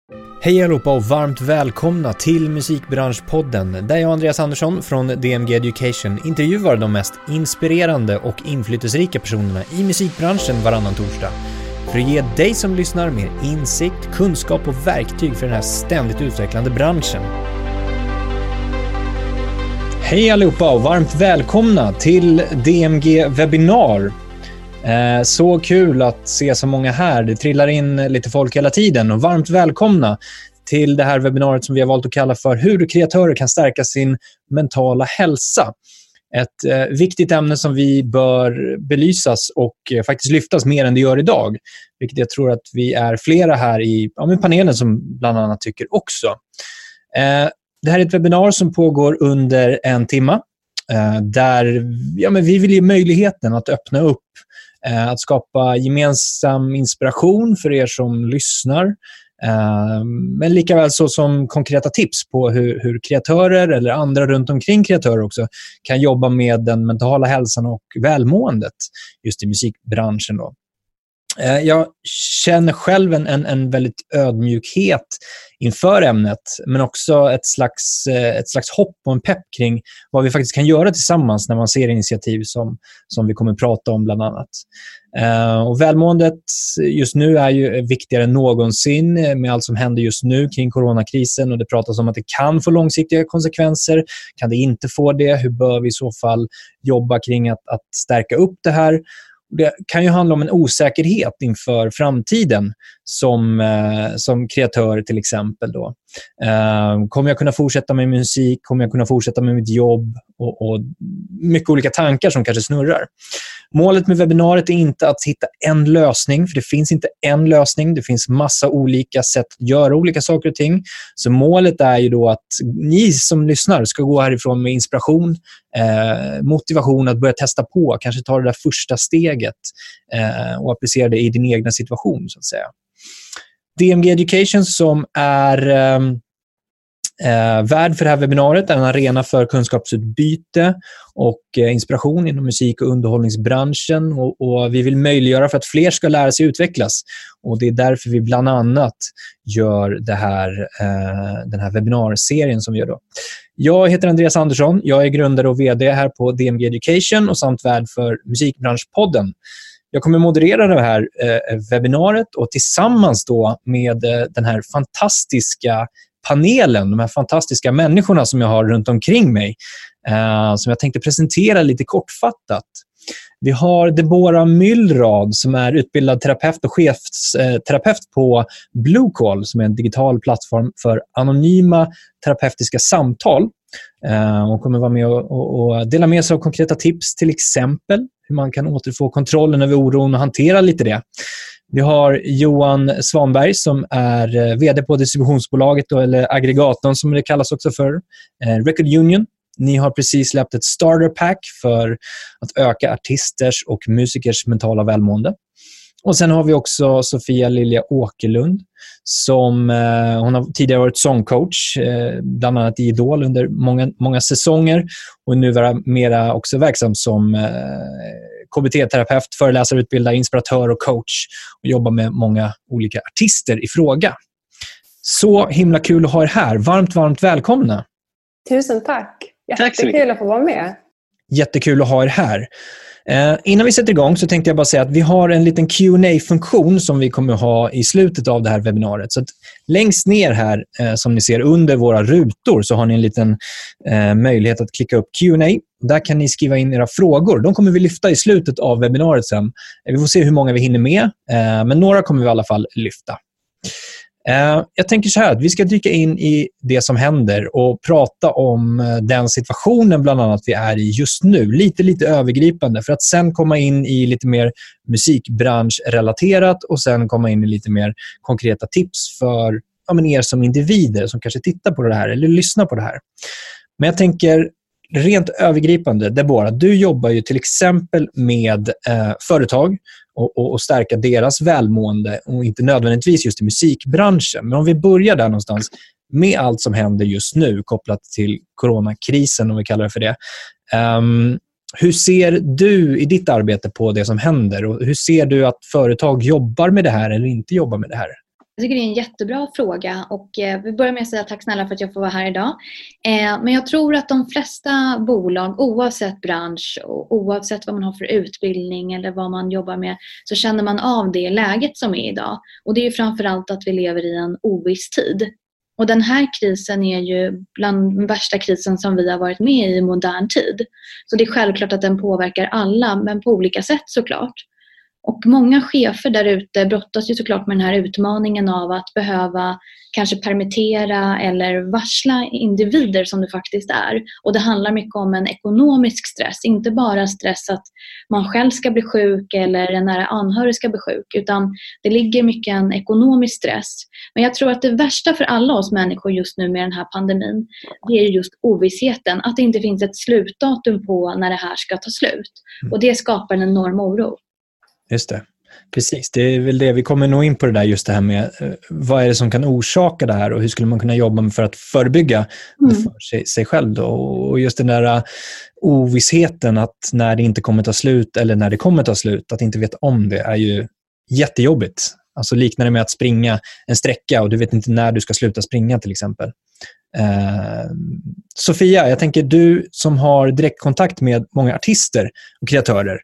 Hej allihopa och varmt välkomna till Musikbranschpodden där jag, Andreas Andersson från DMG Education, intervjuar de mest inspirerande och inflytelserika personerna i musikbranschen varannan torsdag för att ge dig som lyssnar mer insikt, kunskap och verktyg för den här ständigt utvecklande branschen. Hej allihopa och varmt välkomna till DMG Webinar. Så kul att se så många här. Det trillar in lite folk hela tiden och varmt välkomna till det här webbinariet som vi har valt att kalla för hur kreatörer kan stärka sin mentala hälsa. Ett viktigt ämne som vi bör belysas och faktiskt lyftas mer än det gör idag. Vilket jag tror att vi är flera här i panelen som bland annat tycker också. Det här är ett webbinar som pågår under 1 timme. Där vi vill ge möjligheten att öppna upp, att skapa gemensam inspiration för er som lyssnar. Men lika väl så som konkreta tips på hur kreatörer eller andra runt omkring kreatörer också kan jobba med den mentala hälsan och välmåendet just i musikbranschen då. Jag känner själv en väldigt ödmjukhet inför ämnet, men också ett slags hopp och en pepp kring vad vi faktiskt kan göra tillsammans när man ser initiativ som vi kommer att prata om bland annat. Och välmåendet just nu är ju viktigare än någonsin med allt som händer just nu kring coronakrisen, och det pratas om att det kan få långsiktiga konsekvenser. Kan det inte få det? Hur bör vi i så fall jobba kring att stärka upp det här? Det kan ju handla om en osäkerhet inför framtiden som kreatör till exempel då. Kommer jag kunna fortsätta med musik? Kommer jag kunna fortsätta med mitt jobb? Och mycket olika tankar som kanske snurrar. Målet med webbinariet är inte att hitta en lösning, för det finns inte en lösning. Det finns massa olika sätt att göra olika saker och ting. Så målet är ju då att ni som lyssnar ska gå härifrån med inspiration, motivation att börja testa på, kanske ta det där första steget och applicera det i din egna situation så att säga. DMG Education som är värd för det här webbinariet är en arena för kunskapsutbyte och inspiration inom musik- och underhållningsbranschen, och vi vill möjliggöra för att fler ska lära sig utvecklas, och det är därför vi bland annat gör den här webbinarserien som vi gör då. Jag heter Andreas Andersson, jag är grundare och vd här på DMG Education och samt värd för Musikbranschpodden. Jag kommer moderera det här webbinariet, och tillsammans då med den här fantastiska panelen, de här fantastiska människorna som jag har runt omkring mig, som jag tänkte presentera lite kortfattat. Vi har Deborah Myllrad som är utbildad terapeut och chefsterapeut på Bluecall som är en digital plattform för anonyma terapeutiska samtal. Hon kommer vara med och dela med sig av konkreta tips, till exempel hur man kan återfå kontrollen över oron och hantera lite det. Vi har Johan Svanberg som är vd på distributionsbolaget då, eller aggregatorn som det kallas också för, Record Union. Ni har precis släppt ett starter pack för att öka artisters och musikers mentala välmående. Och sen har vi också Sofia Lilja Åkerlund som hon har tidigare varit sångcoach, bland annat i Idol under många säsonger, och nu är mera också verksam som KBT-terapeut, föreläsare, utbildare, inspiratör och coach, och jobbar med många olika artister i fråga. Så himla kul att ha er här. Varmt välkomna. Tusen tack. Jättekul att få vara med. Jättekul att ha er här. Innan vi sätter igång så tänkte jag bara säga att vi har en liten Q&A-funktion som vi kommer att ha i slutet av det här webbinariet. Så att längst ner här som ni ser under våra rutor så har ni en liten möjlighet att klicka upp Q&A. Där kan ni skriva in era frågor. De kommer vi lyfta i slutet av webbinariet sen. Vi får se hur många vi hinner med, men några kommer vi i alla fall lyfta. Jag tänker så här att vi ska dyka in i det som händer och prata om den situationen bland annat vi är i just nu. Lite övergripande, för att sen komma in i lite mer musikbranschrelaterat och sen komma in i lite mer konkreta tips för er som individer som kanske tittar på det här eller lyssnar på det här. Men jag tänker rent övergripande, Deborah, du jobbar ju till exempel med företag och stärka deras välmående och inte nödvändigtvis just i musikbranschen. Men om vi börjar där någonstans med allt som händer just nu kopplat till coronakrisen, om vi kallar det för det. Hur ser du i ditt arbete på det som händer, och hur ser du att företag jobbar med det här eller inte jobbar med det här? Jag tycker det är en jättebra fråga och vi börjar med att säga tack snälla för att jag får vara här idag. Men jag tror att de flesta bolag, oavsett bransch och oavsett vad man har för utbildning eller vad man jobbar med, så känner man av det läget som är idag. Och det är ju framförallt att vi lever i en oviss tid. Och den här krisen är ju bland den värsta krisen som vi har varit med i modern tid. Så det är självklart att den påverkar alla, men på olika sätt såklart. Och många chefer där ute brottas ju såklart med den här utmaningen av att behöva kanske permittera eller varsla individer som det faktiskt är. Och det handlar mycket om en ekonomisk stress, inte bara stress att man själv ska bli sjuk eller en nära anhörig ska bli sjuk, utan det ligger mycket en ekonomisk stress. Men jag tror att det värsta för alla oss människor just nu med den här pandemin, det är just ovissheten, att det inte finns ett slutdatum på när det här ska ta slut. Och det skapar en enorm oro. Just det. Precis, det är väl det. Vi kommer nog in på det där, just det här med vad är det som kan orsaka det här och hur skulle man kunna jobba för att förebygga det för sig själv då. Och just den där ovissheten att när det inte kommer ta slut eller när det kommer ta slut, att inte veta om det är ju jättejobbigt. Alltså liknar det med att springa en sträcka och du vet inte när du ska sluta springa till exempel. Sofia, jag tänker du som har direktkontakt med många artister och kreatörer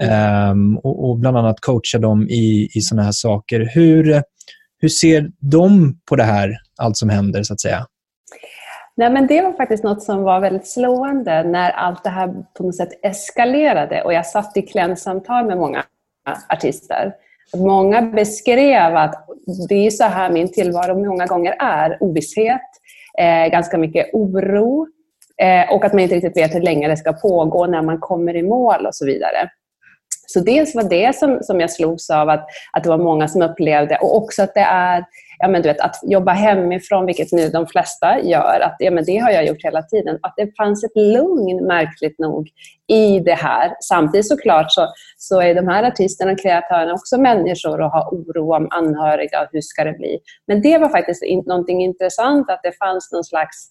och bland annat coachar dem i såna här saker. Hur ser de på det här, allt som händer så att säga? Nej, men det var faktiskt något som var väldigt slående när allt det här på något sätt eskalerade och jag satt i klientsamtal med många artister. Många beskrev att det är så här min tillvaro många gånger är, ovisshet, ganska mycket oro och att man inte riktigt vet hur länge det ska pågå, när man kommer i mål och så vidare. Så dels var det som jag slogs av att det var många som upplevde, och också att det är, ja men du vet, att jobba hemifrån, vilket nu de flesta gör, att ja men det har jag gjort hela tiden, att det fanns ett lugn märkligt nog i det här. Samtidigt såklart så är de här artisterna och kreatörerna också människor och har oro om anhöriga, hur ska det bli. Men det var faktiskt någonting intressant, att det fanns någon slags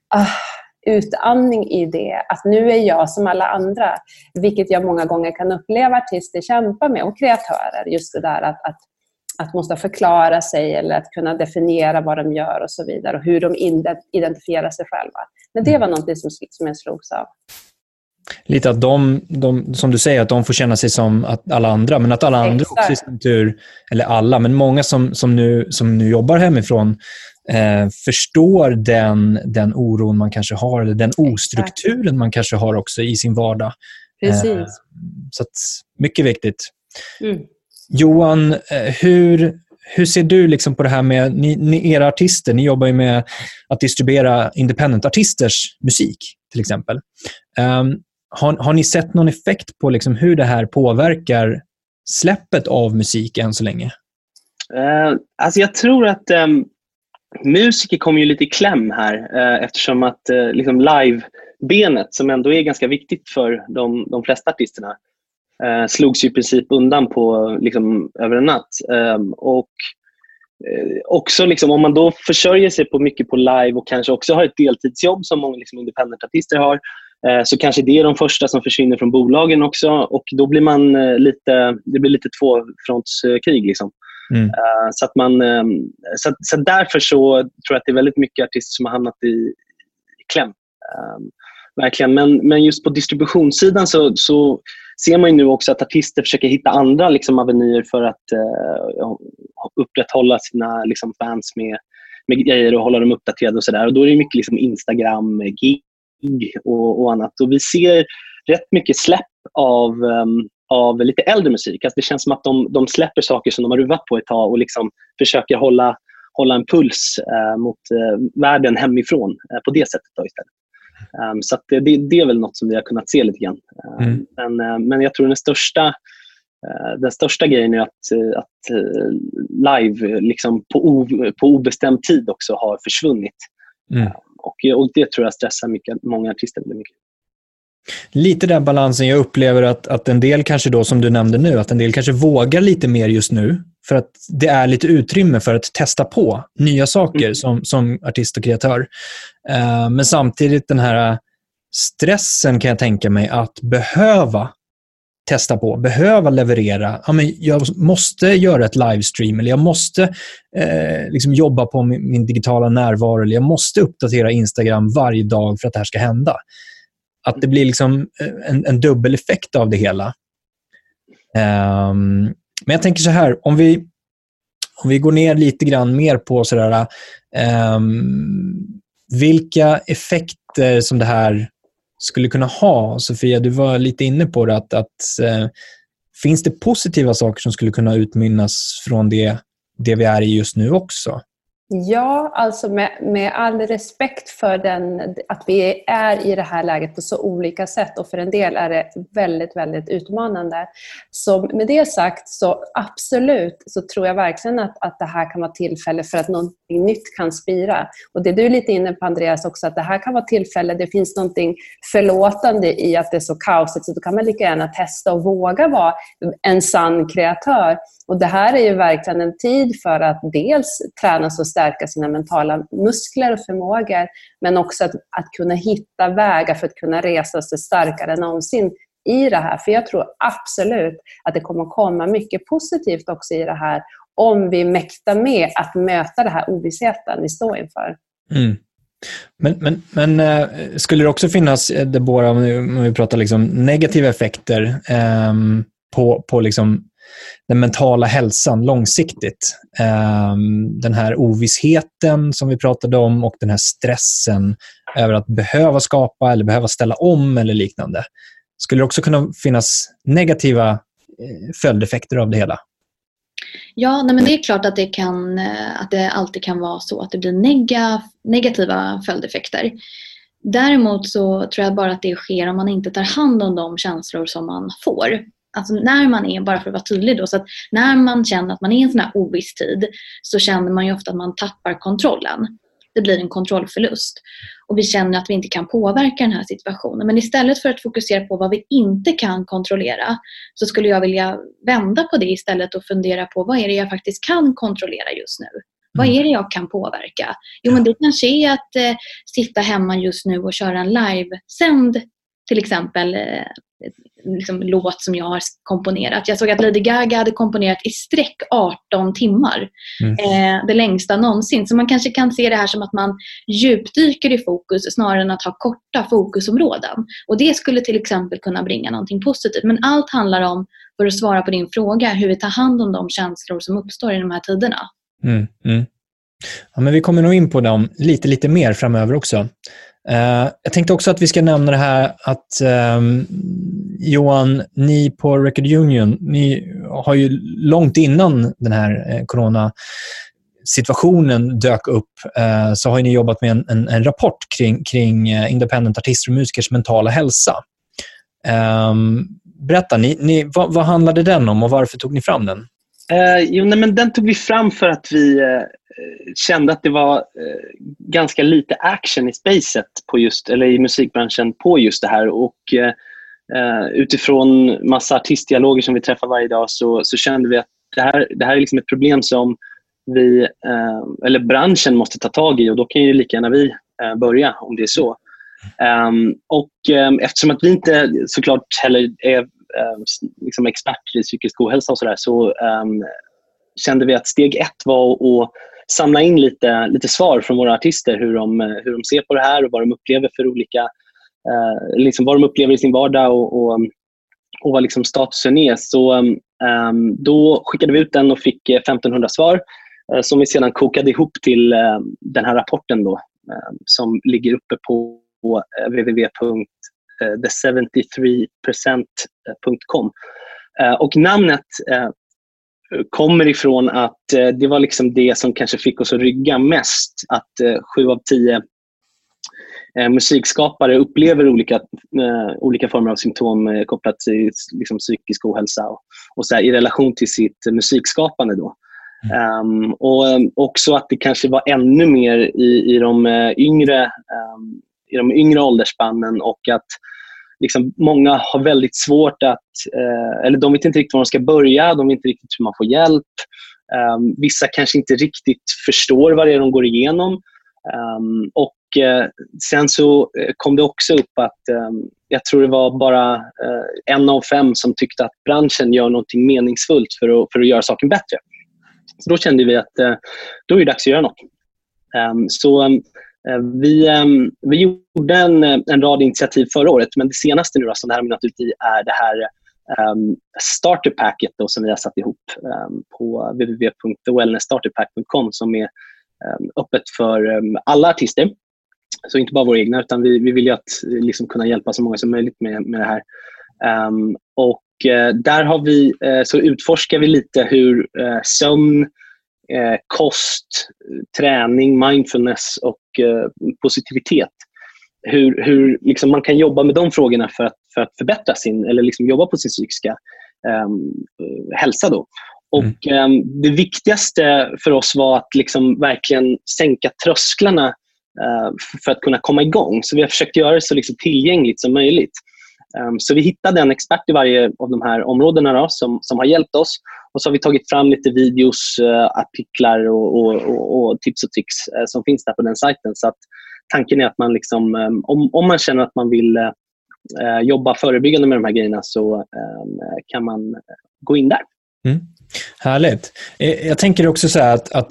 utandning i det, att nu är jag som alla andra, vilket jag många gånger kan uppleva artister kämpa med och kreatörer, just det där att måste förklara sig eller att kunna definiera vad de gör och så vidare och hur de identifierar sig själva. Men det var något som jag slogs av. Lite att de, som du säger, att de får känna sig som att alla andra, men att alla andra också i sin tur, eller alla, men många som nu jobbar hemifrån förstår den oron man kanske har, eller den ostrukturen man kanske har också i sin vardag. Precis. Så att, mycket viktigt. Johan, hur ser du liksom på det här med era artister? Ni jobbar ju med att distribuera independent-artisters musik till exempel. Har ni sett någon effekt på liksom hur det här påverkar släppet av musik än så länge? Alltså jag tror att musiker kommer ju lite i kläm här eftersom att liksom live-benet, som ändå är ganska viktigt för de flesta artisterna, slogs ju i princip undan på liksom över en natt. Och också liksom, om man då försörjer sig mycket på live och kanske också har ett deltidsjobb som många liksom independent-artister har, så kanske det är de första som försvinner från bolagen också, och då blir man det blir lite tvåfrontskrig liksom. Så att så därför så tror jag att det är väldigt mycket artister som har hamnat i kläm. Verkligen. Men just på distributionssidan så ser man ju nu också att artister försöker hitta andra liksom avenyer för att upprätthålla sina liksom fans med grejer och hålla dem uppdaterade och sådär. Och då är det mycket liksom Instagram, gig och annat. Och vi ser rätt mycket släpp av lite äldre musik. Alltså det känns som att de släpper saker som de har ruvat på ett tag och liksom försöker hålla en puls mot världen hemifrån på det sättet då istället. Så att det är väl något som vi har kunnat se lite grann. Men jag tror den största grejen är att live liksom på obestämd tid också har försvunnit. Och det tror jag stressar många artister väldigt mycket. Lite den balansen jag upplever att en del kanske då, som du nämnde nu, att en del kanske vågar lite mer just nu för att det är lite utrymme för att testa på nya saker som artist och kreatör. Men samtidigt den här stressen kan jag tänka mig att behöva testa på, behöva leverera. Ja, men jag måste göra ett livestream, eller jag måste liksom jobba på min digitala närvaro, eller jag måste uppdatera Instagram varje dag för att det här ska hända. Att det blir liksom en dubbel effekt av det hela. Men jag tänker så här, om vi går ner lite grann mer på sådär, vilka effekter som det här skulle kunna ha. Sofia, du var lite inne på det, att finns det positiva saker som skulle kunna utmynnas från det vi är i just nu också? Ja, alltså med all respekt för att vi är i det här läget på så olika sätt, och för en del är det väldigt, väldigt utmanande. Så med det sagt, så absolut så tror jag verkligen att det här kan vara tillfälle för att någonting nytt kan spira. Och det du är lite inne på, Andreas, också, att det här kan vara tillfälle, det finns någonting förlåtande i att det är så kaosigt, så då kan man lika gärna testa och våga vara en sann kreatör. Och det här är ju verkligen en tid för att dels tränas och stärka sina mentala muskler och förmågor, men också att kunna hitta vägar för att kunna resa sig starkare än någonsin i det här. För jag tror absolut att det kommer att komma mycket positivt också i det här, om vi mäktar med att möta det här ovissheten vi står inför. Mm. Men skulle det också finnas, Deborah, om vi pratar liksom negativa effekter på liksom den mentala hälsan långsiktigt? Den här ovissheten som vi pratade om, och den här stressen över att behöva skapa eller behöva ställa om eller liknande. Skulle det också kunna finnas negativa följdeffekter av det hela? Ja, men det är klart att det alltid kan vara så att det blir negativa följdeffekter. Däremot så tror jag bara att det sker om man inte tar hand om de känslor som man får. Alltså när man är, bara för att vara tydlig då, så att när man känner att man är i en sån här oviss tid, så känner man ju ofta att man tappar kontrollen. Det blir en kontrollförlust. Och vi känner att vi inte kan påverka den här situationen. Men istället för att fokusera på vad vi inte kan kontrollera, så skulle jag vilja vända på det istället och fundera på vad är det jag faktiskt kan kontrollera just nu. Vad är det jag kan påverka? Jo, men det kanske är att sitta hemma just nu och köra en livesänd, till exempel liksom låt som jag har komponerat. Jag såg att Lady Gaga hade komponerat i sträck 18 timmar. Det längsta någonsin. Så man kanske kan se det här som att man djupdyker i fokus snarare än att ha korta fokusområden. Och det skulle till exempel kunna bringa någonting positivt. Men allt handlar om, för att svara på din fråga, hur vi tar hand om de känslor som uppstår i de här tiderna. Ja, men vi kommer nog in på dem lite mer framöver också. Jag tänkte också att vi ska nämna det här att Johan, ni på Record Union, ni har ju långt innan den här coronasituationen dök upp, så har ni jobbat med en rapport kring independent artister och musikers mentala hälsa. Berätta, vad handlade den om och varför tog ni fram den? Men den tog vi fram för att vi kände att det var ganska lite action i spacet på i musikbranschen på just det här, och utifrån massa artistdialoger som vi träffar varje dag så kände vi att det här är liksom ett problem som vi eller branschen måste ta tag i, och då kan ju lika gärna vi börja om det är så. Eftersom att vi inte såklart heller är liksom experter i psykisk ohälsa och sådär, så kände vi att steg 1 var att samla in lite svar från våra artister, hur de ser på det här och vad de upplever för olika liksom vad de upplever i sin vardag och vad liksom statusen är. Så då skickade vi ut den och fick 1500 svar som vi sedan kokade ihop till den här rapporten då, som ligger uppe på www.the73percent.com. Och namnet kommer ifrån att det var liksom det som kanske fick oss att rygga mest, att 7 av 10 musikskapare upplever olika former av symptom kopplat till liksom psykisk ohälsa och så här, i relation till sitt musikskapande då. Och också att det kanske var ännu mer i de yngre åldersspannen, och att liksom många har väldigt svårt att eller de vet inte riktigt var de ska börja, de vet inte riktigt hur man får hjälp. Vissa kanske inte riktigt förstår vad det är de går igenom, och sen så kom det också upp att jag tror det var bara 1 av 5 som tyckte att branschen gör någonting meningsfullt för att göra saken bättre. Så då kände vi att då är det dags att göra något. Vi gjorde en rad initiativ förra året, men det senaste nu då, som det här har mynnat ut i, är det här starterpacket då, som vi har satt ihop på www.wellnessstarterpack.com, som är öppet för alla artister. Så inte bara våra egna, utan vi vill ju att liksom kunna hjälpa så många som möjligt med det här. Där har vi, så utforskar vi lite hur sömn, kost, träning, mindfulness och positivitet, hur liksom man kan jobba med de frågorna för att förbättra eller liksom jobba på sin psykiska hälsa då. Och det viktigaste för oss var att liksom verkligen sänka trösklarna för att kunna komma igång. Så vi har försökt göra det så liksom tillgängligt som möjligt. Så vi hittade en expert i varje av de här områdena då, som har hjälpt oss. Och så har vi tagit fram lite videos, artiklar och tips och tricks som finns där på den sajten. Så att tanken är att man liksom, om man känner att man vill jobba förebyggande med de här grejerna, så kan man gå in där. Härligt. Jag tänker också så här att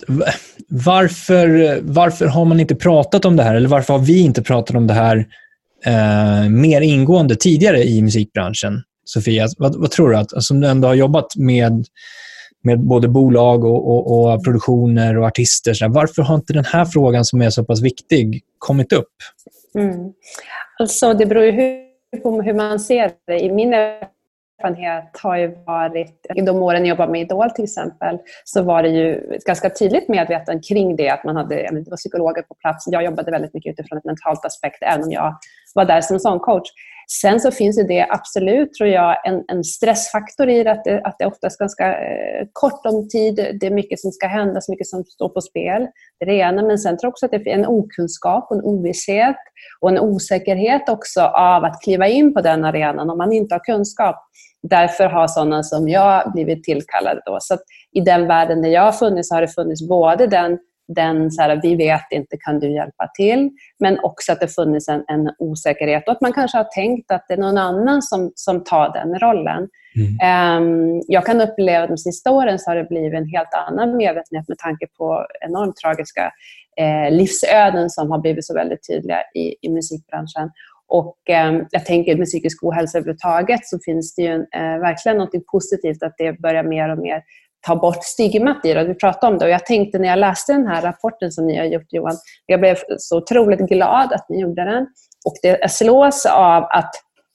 varför har man inte pratat om det här, eller varför har vi inte pratat om det här mer ingående tidigare i musikbranschen? Sofia, vad tror du, att som du ändå har jobbat med både bolag och produktioner och artister, så varför har inte den här frågan, som är så pass viktig, kommit upp? Alltså det beror ju på hur man ser det. I min erfarenhet har ju varit, i de åren jag jobbade med Idol till exempel, så var det ju ganska tydligt medveten kring det, att man hade, det var psykologer på plats. Jag jobbade väldigt mycket utifrån ett mentalt aspekt, även om jag var där som sångcoach. Sen så finns det absolut, tror jag, en stressfaktor i det, att det oftast ganska kort om tid. Det är mycket som ska hända, så mycket som står på spel. Det är det ena, men sen tror jag också att det är en okunskap och en ovisshet och en osäkerhet också av att kliva in på den arenan om man inte har kunskap. Därför har sådana som jag blivit tillkallade då. Så att i den världen där jag har funnits, så har det funnits både den så här, vi vet inte, kan du hjälpa till? Men också att det funnits en osäkerhet, och att man kanske har tänkt att det är någon annan som tar den rollen. Jag kan uppleva att de sista åren så har det blivit en helt annan medvetenhet med tanke på enormt tragiska livsöden som har blivit så väldigt tydliga i musikbranschen. Och jag tänker med psykisk ohälsa överhuvudtaget, så finns det ju verkligen något positivt att det börjar mer och mer ta bort stigmat i det. Vi pratade om det, och jag tänkte när jag läste den här rapporten som ni har gjort, Johan, jag blev så otroligt glad att ni gjorde den. Och det slås av att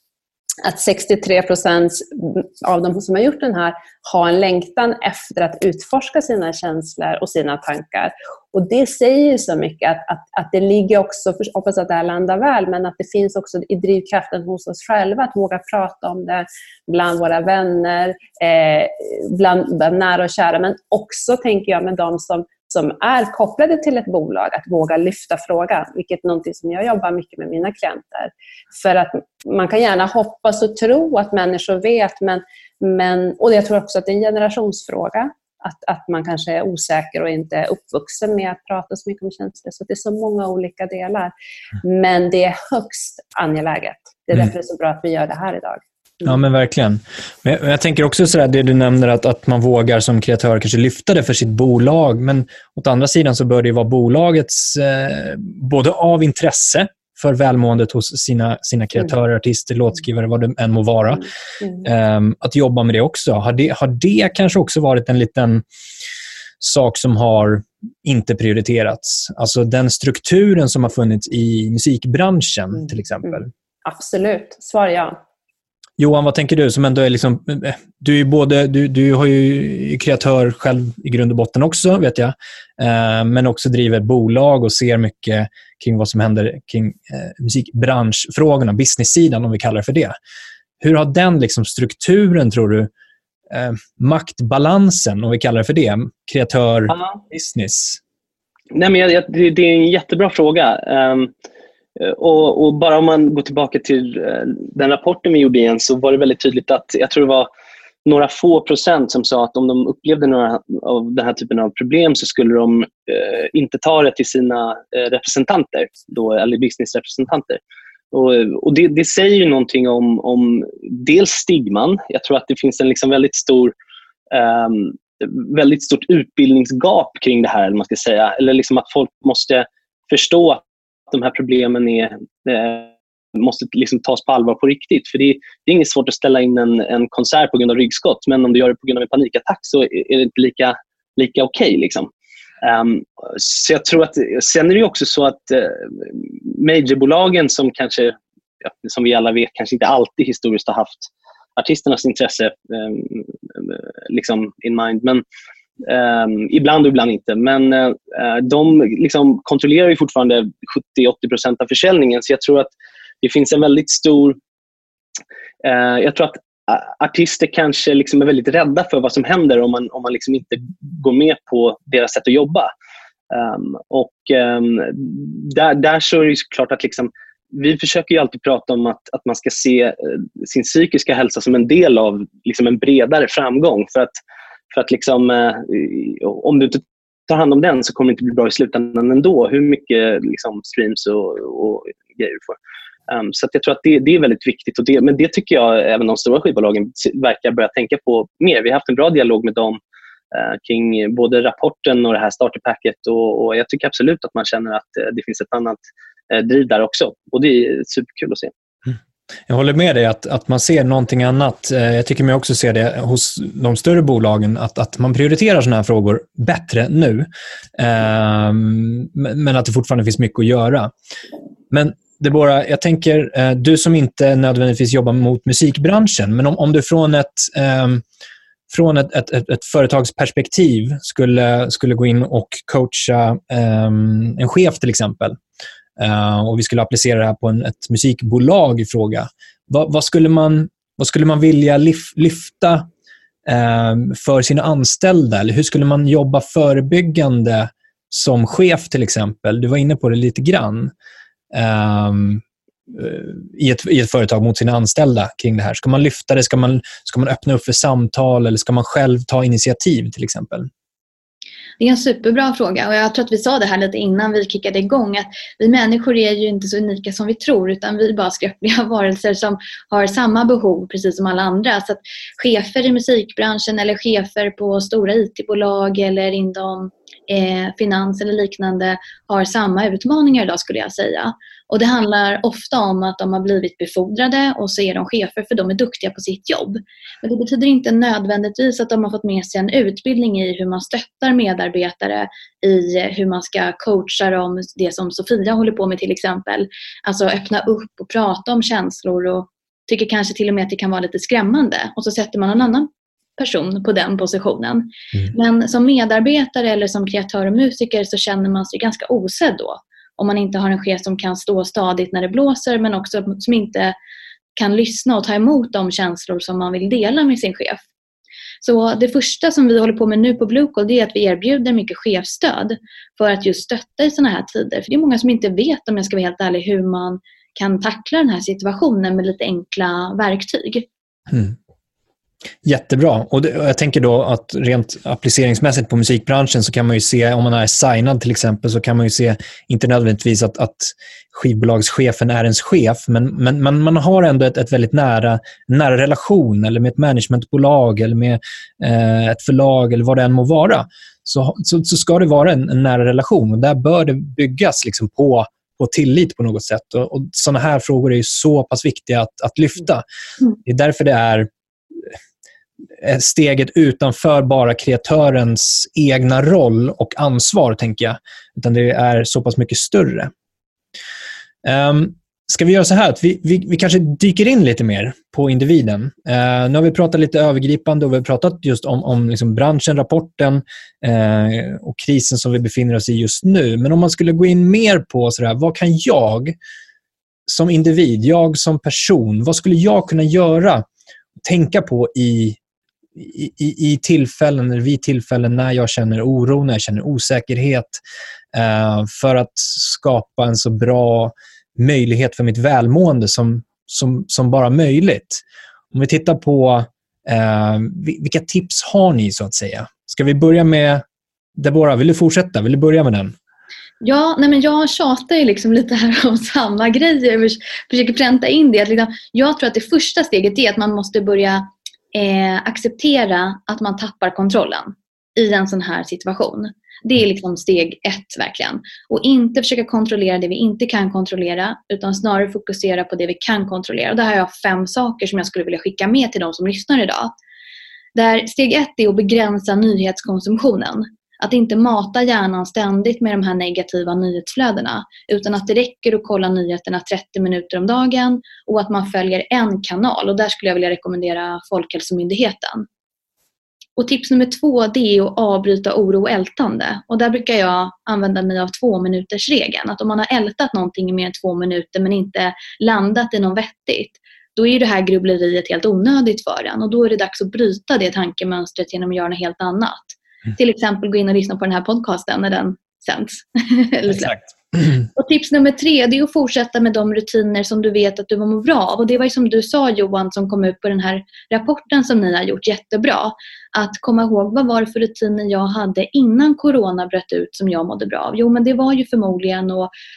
63% av de som har gjort den här har en längtan efter att utforska sina känslor och sina tankar. Och det säger så mycket att det ligger också, för hoppas att det här landar väl, men att det finns också i drivkraften hos oss själva att våga prata om det bland våra vänner, bland nära och kära, men också, tänker jag, med de som är kopplade till ett bolag, att våga lyfta frågan, vilket är någonting som jag jobbar mycket med mina klienter. För att man kan gärna hoppas och tro att människor vet, men och jag tror också att det är en generationsfråga, att man kanske är osäker och inte är uppvuxen med att prata så mycket om känslor. Så det är så många olika delar. Men det är högst angeläget. Det är därför det är så bra att vi gör det här idag. Ja, men verkligen. Men jag tänker också sådär, det du nämner, att man vågar som kreatör kanske lyfta det för sitt bolag, men åt andra sidan så bör det vara bolagets både av intresse för välmåendet hos sina kreatörer, artister, låtskrivare, vad det än må vara, att jobba med det också. Har det kanske också varit en liten sak som har inte prioriterats? Alltså den strukturen som har funnits i musikbranschen till exempel. Absolut, svar ja. Johan, vad tänker du, som ändå är liksom, du är både, du har ju kreatör själv i grund och botten också, vet jag, men också driver bolag och ser mycket kring vad som händer kring musikbranschfrågorna, business-sidan om vi kallar det för det. Hur har den liksom strukturen, tror du, maktbalansen om vi kallar det för det, kreatör, business? Nej, men det är en jättebra fråga. Och bara om man går tillbaka till den rapporten vi gjorde igen, så var det väldigt tydligt att, jag tror det var några få procent som sa att om de upplevde några av den här typen av problem så skulle de inte ta det till sina representanter, då, eller businessrepresentanter. Och det säger ju någonting om dels stigman. Jag tror att det finns en liksom väldigt stort utbildningsgap kring det här, eller man ska säga. Eller liksom att folk måste förstå att de här problemen måste liksom tas på allvar på riktigt. För det är inget svårt att ställa in en konsert på grund av ryggskott, men om du gör det på grund av en panikattack så är det inte lika okej. Liksom. Så jag tror att sen är det också så att majorbolagen som kanske, som vi alla vet, kanske inte alltid historiskt har haft artisternas intresse liksom in mind, men ibland och ibland inte. Men de liksom kontrollerar ju fortfarande 70-80% av försäljningen, så jag tror att det finns en väldigt stor... jag tror att artister kanske liksom är väldigt rädda för vad som händer om man liksom inte går med på deras sätt att jobba. Där så är det såklart att liksom, vi försöker ju alltid prata om att man ska se sin psykiska hälsa som en del av liksom en bredare framgång. För att liksom, om du inte tar hand om den så kommer det inte bli bra i slutändan ändå. Hur mycket liksom, streams och grejer du får. Så att jag tror att det är väldigt viktigt. Men det tycker jag även de stora skivbolagen verkar börja tänka på mer. Vi har haft en bra dialog med dem kring både rapporten och det här starterpacket. Och jag tycker absolut att man känner att det finns ett annat driv där också. Och det är superkul att se. Jag håller med dig att man ser någonting annat. Jag tycker mig också se det hos de större bolagen att man prioriterar såna här frågor bättre nu. Men att det fortfarande finns mycket att göra. Men Deborah, jag tänker, du som inte nödvändigtvis jobbar mot musikbranschen, men om du från ett företagsperspektiv skulle gå in och coacha en chef till exempel, och vi skulle applicera det här på ett musikbolag i fråga. Vad skulle man vilja lyfta för sina anställda? Eller hur skulle man jobba förebyggande som chef till exempel? Du var inne på det lite grann. I ett företag mot sina anställda kring det här. Ska man lyfta det? Ska man öppna upp för samtal? Eller ska man själv ta initiativ till exempel? Det är en superbra fråga och jag tror att vi sa det här lite innan vi kickade igång, att vi människor är ju inte så unika som vi tror, utan vi är bara skröpliga varelser som har samma behov precis som alla andra. Så att chefer i musikbranschen eller chefer på stora IT-bolag eller inom finans eller liknande har samma utmaningar idag, skulle jag säga. Och det handlar ofta om att de har blivit befordrade och så är de chefer för de är duktiga på sitt jobb. Men det betyder inte nödvändigtvis att de har fått med sig en utbildning i hur man stöttar medarbetare, i hur man ska coacha dem, det som Sofia håller på med till exempel. Alltså öppna upp och prata om känslor, och tycker kanske till och med att det kan vara lite skrämmande. Och så sätter man en annan person på den positionen. Men som medarbetare eller som kreatör och musiker så känner man sig ganska osedd då. Om man inte har en chef som kan stå stadigt när det blåser, men också som inte kan lyssna och ta emot de känslor som man vill dela med sin chef. Så det första som vi håller på med nu på Bluecall, det är att vi erbjuder mycket chefsstöd för att just stötta i såna här tider. För det är många som inte vet, om jag ska vara helt ärlig, hur man kan tackla den här situationen med lite enkla verktyg. Jättebra. Och jag tänker då att rent appliceringsmässigt på musikbranschen så kan man ju se, om man är signad till exempel, så kan man ju se inte nödvändigtvis att skivbolagschefen är ens chef, men man har ändå ett väldigt nära relation, eller med ett managementbolag eller med ett förlag eller vad det än må vara, så ska det vara en nära relation, och där bör det byggas liksom på tillit på något sätt. Och sådana här frågor är ju så pass viktiga att lyfta. Det är därför det är steget utanför bara kreatörens egna roll och ansvar, tänker jag. Utan det är så pass mycket större. Ska vi göra så här att vi kanske dyker in lite mer på individen. Nu har vi pratat lite övergripande och vi har pratat just om liksom branschen, rapporten och krisen som vi befinner oss i just nu. Men om man skulle gå in mer på sådär, vad kan jag som individ, jag som person, vad skulle jag kunna göra, tänka på i tillfällen eller vid tillfällen när jag känner oro, när jag känner osäkerhet, för att skapa en så bra möjlighet för mitt välmående som bara möjligt. Om vi tittar på Vilka tips har ni så att säga? Ska vi börja med Deborah? Vill du fortsätta? Vill du börja med den? Ja, men jag tjatar ju liksom lite här om samma grejer. Jag försöker pränta in det. Liksom, jag tror att det första steget är att man måste börja acceptera att man tappar kontrollen i en sån här situation. Det är liksom steg 1 verkligen. Och inte försöka kontrollera det vi inte kan kontrollera, utan snarare fokusera på det vi kan kontrollera. Och där har jag 5 saker som jag skulle vilja skicka med till de som lyssnar idag. Där steg 1 är att begränsa nyhetskonsumtionen. Att inte mata hjärnan ständigt med de här negativa nyhetsflödena, utan att det räcker att kolla nyheterna 30 minuter om dagen och att man följer en kanal. Och där skulle jag vilja rekommendera Folkhälsomyndigheten. Och tips nummer 2, det är att avbryta oro och ältande. Och där brukar jag använda mig av 2-minutersregeln. Att om man har ältat någonting i mer än 2 minuter men inte landat i något vettigt, då är det här grubbleriet helt onödigt för en. Och då är det dags att bryta det tankemönstret genom att göra något helt annat. Till exempel gå in och lyssna på den här podcasten när den sänds. Exakt. Och tips nummer 3, det är att fortsätta med de rutiner som du vet att du mår bra av. Och det var ju som du sa, Johan, som kom ut på den här rapporten som ni har gjort jättebra. Att komma ihåg, vad var det för rutiner jag hade innan corona bröt ut som jag mådde bra av? Jo, men det var ju förmodligen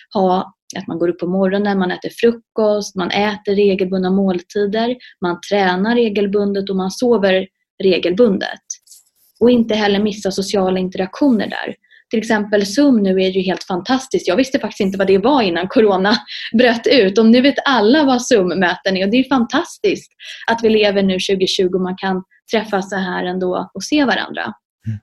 att man går upp på morgonen, man äter frukost, man äter regelbundna måltider, man tränar regelbundet och man sover regelbundet. Och inte heller missa sociala interaktioner där. Till exempel Zoom nu är ju helt fantastiskt. Jag visste faktiskt inte vad det var innan corona bröt ut. Och nu vet alla vad Zoom-möten är. Och det är fantastiskt att vi lever nu 2020 och man kan träffas så här ändå och se varandra. Mm.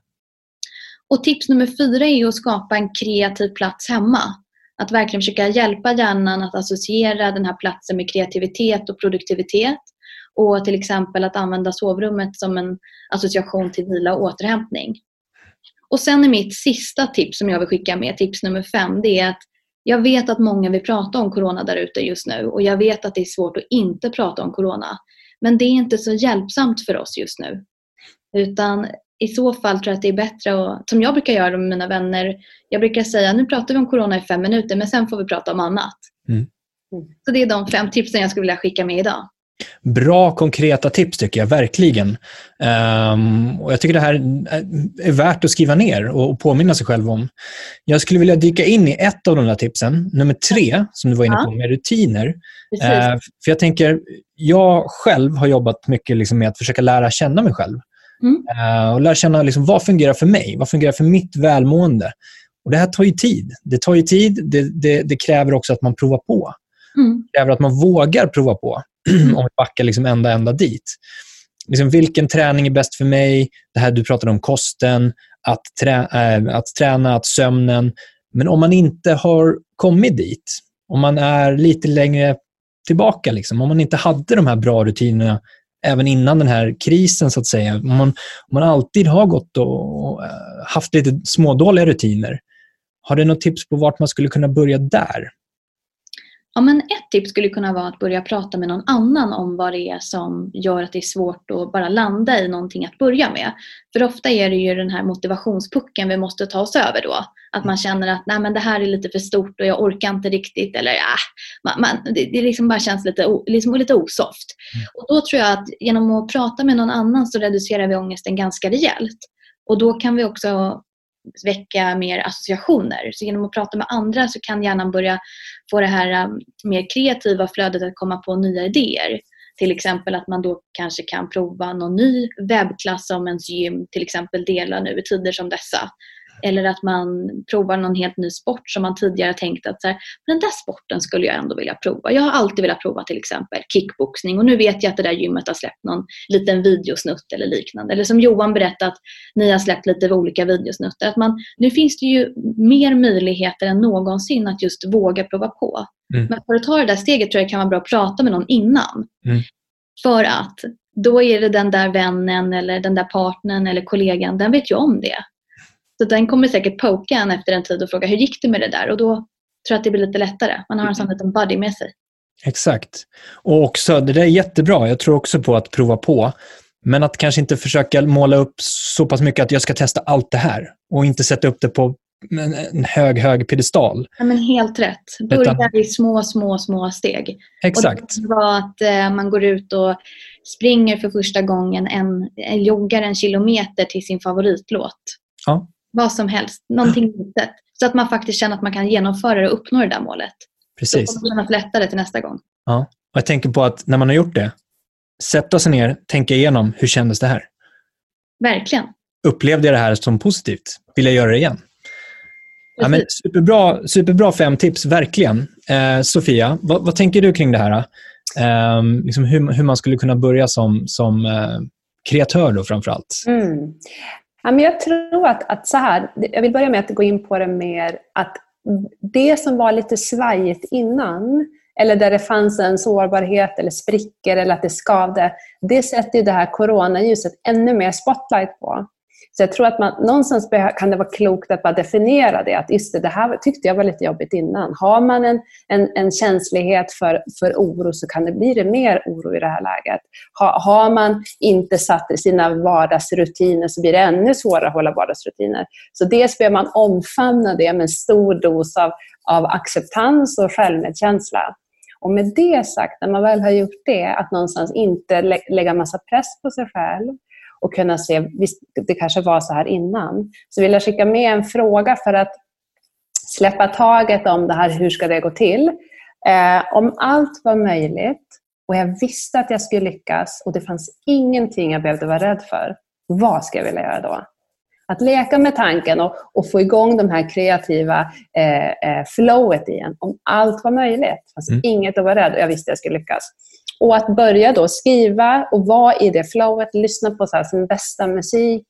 Och tips nummer 4 är att skapa en kreativ plats hemma. Att verkligen försöka hjälpa hjärnan att associera den här platsen med kreativitet och produktivitet. Och till exempel att använda sovrummet som en association till vila och återhämtning. Och sen är mitt sista tips som jag vill skicka med, tips nummer 5, det är att jag vet att många vill prata om corona där ute just nu. Och jag vet att det är svårt att inte prata om corona. Men det är inte så hjälpsamt för oss just nu. Utan i så fall tror jag att det är bättre, och, som jag brukar göra med mina vänner, jag brukar säga nu pratar vi om corona i 5 minuter men sen får vi prata om annat. Så det är de 5 tipsen jag skulle vilja skicka med idag. Bra konkreta tips tycker jag, verkligen. Och jag tycker det här är värt att skriva ner och påminna sig själv om. Jag skulle vilja dyka in i ett av de där tipsen, nummer 3, som du var inne på, med rutiner. För jag tänker, jag själv har jobbat mycket liksom med att försöka lära känna mig själv. Och lära känna liksom, vad fungerar för mig, vad fungerar för mitt välmående. Och det här tar ju tid. Det tar ju tid, det kräver också att man provar på. Det kräver att man vågar prova på. Om vi backar liksom ända dit. Liksom, vilken träning är bäst för mig? Det här du pratade om, kosten, att träna, att sömnen. Men om man inte har kommit dit, om man är lite längre tillbaka, liksom, om man inte hade de här bra rutinerna även innan den här krisen så att säga, om man alltid har gått och haft lite smådåliga rutiner, har du något tips på vart man skulle kunna börja där? Ja, men ett tips skulle kunna vara att börja prata med någon annan om vad det är som gör att det är svårt att bara landa i någonting att börja med. För ofta är det ju den här motivationspucken vi måste ta oss över då. Att man känner att nej, men det här är lite för stort och jag orkar inte riktigt. Eller det liksom bara känns lite osoft. Och då tror jag att genom att prata med någon annan så reducerar vi ångesten ganska rejält. Och då kan vi också väcka mer associationer. Så genom att prata med andra så kan hjärnan börja få det här mer kreativa flödet att komma på nya idéer. Till exempel att man då kanske kan prova någon ny webbklass som ens gym till exempel delar nu i tider som dessa. Eller att man provar någon helt ny sport som man tidigare tänkt att så här, den där sporten skulle jag ändå vilja prova. Jag har alltid velat prova till exempel kickboxning och nu vet jag att det där gymmet har släppt någon liten videosnutt eller liknande. Eller som Johan berättat, ni har släppt lite olika videosnuttar. Att nu finns det ju mer möjligheter än någonsin att just våga prova på. Men för att ta det där steget tror jag kan vara bra att prata med någon innan. För att då är det den där vännen eller den där partnern eller kollegan, den vet ju om det. Så den kommer säkert poka en efter en tid och fråga hur gick det med det där? Och då tror jag att det blir lite lättare. Man har en sån liten buddy med sig. Exakt. Och också, det där är jättebra. Jag tror också på att prova på. Men att kanske inte försöka måla upp så pass mycket att jag ska testa allt det här. Och inte sätta upp det på en hög piedestal. Ja, men helt rätt. Börja i små steg. Exakt. Och det var att man går ut och springer för första gången, joggar 1 kilometer till sin favoritlåt. Ja. Vad som helst. Någonting litet. Så att man faktiskt känner att man kan genomföra det och uppnå det där målet. Precis. Så kommer man att lätta det till nästa gång. Ja. Och jag tänker på att när man har gjort det, sätta sig ner, tänka igenom, hur kändes det här? Verkligen. Upplevde jag det här som positivt? Vill jag göra det igen? Ja, men superbra 5 tips, verkligen. Sofia, vad tänker du kring det här? Liksom hur man skulle kunna börja som kreatör då framförallt? Ja, men jag tror att så här, jag vill börja med att gå in på det mer att det som var lite svajigt innan, eller där det fanns en sårbarhet eller sprickor eller att det skavde, det sätter ju det här coronaljuset ännu mer spotlight på. Så jag tror att man någonstans kan det vara klokt att bara definiera det. Att just det här tyckte jag var lite jobbigt innan. Har man en känslighet för oro så kan det bli det mer oro i det här läget. Har man inte satt sina vardagsrutiner så blir det ännu svårare att hålla vardagsrutiner. Så dels behöver man omfamna det med en stor dos av acceptans och självmedkänsla. Och med det sagt, när man väl har gjort det, att någonstans inte lägga massa press på sig själv och kunna se, visst, det kanske var så här innan. Så vill jag skicka med en fråga för att släppa taget om det här, hur ska det gå till? Om allt var möjligt och jag visste att jag skulle lyckas och det fanns ingenting jag behövde vara rädd för, vad ska jag vilja göra då? Att leka med tanken och få igång de här kreativa flowet igen. Om allt var möjligt. Det fanns inget att vara rädd och jag visste att jag skulle lyckas. Och att börja då skriva och vara i det flowet, lyssna på så här sin bästa musik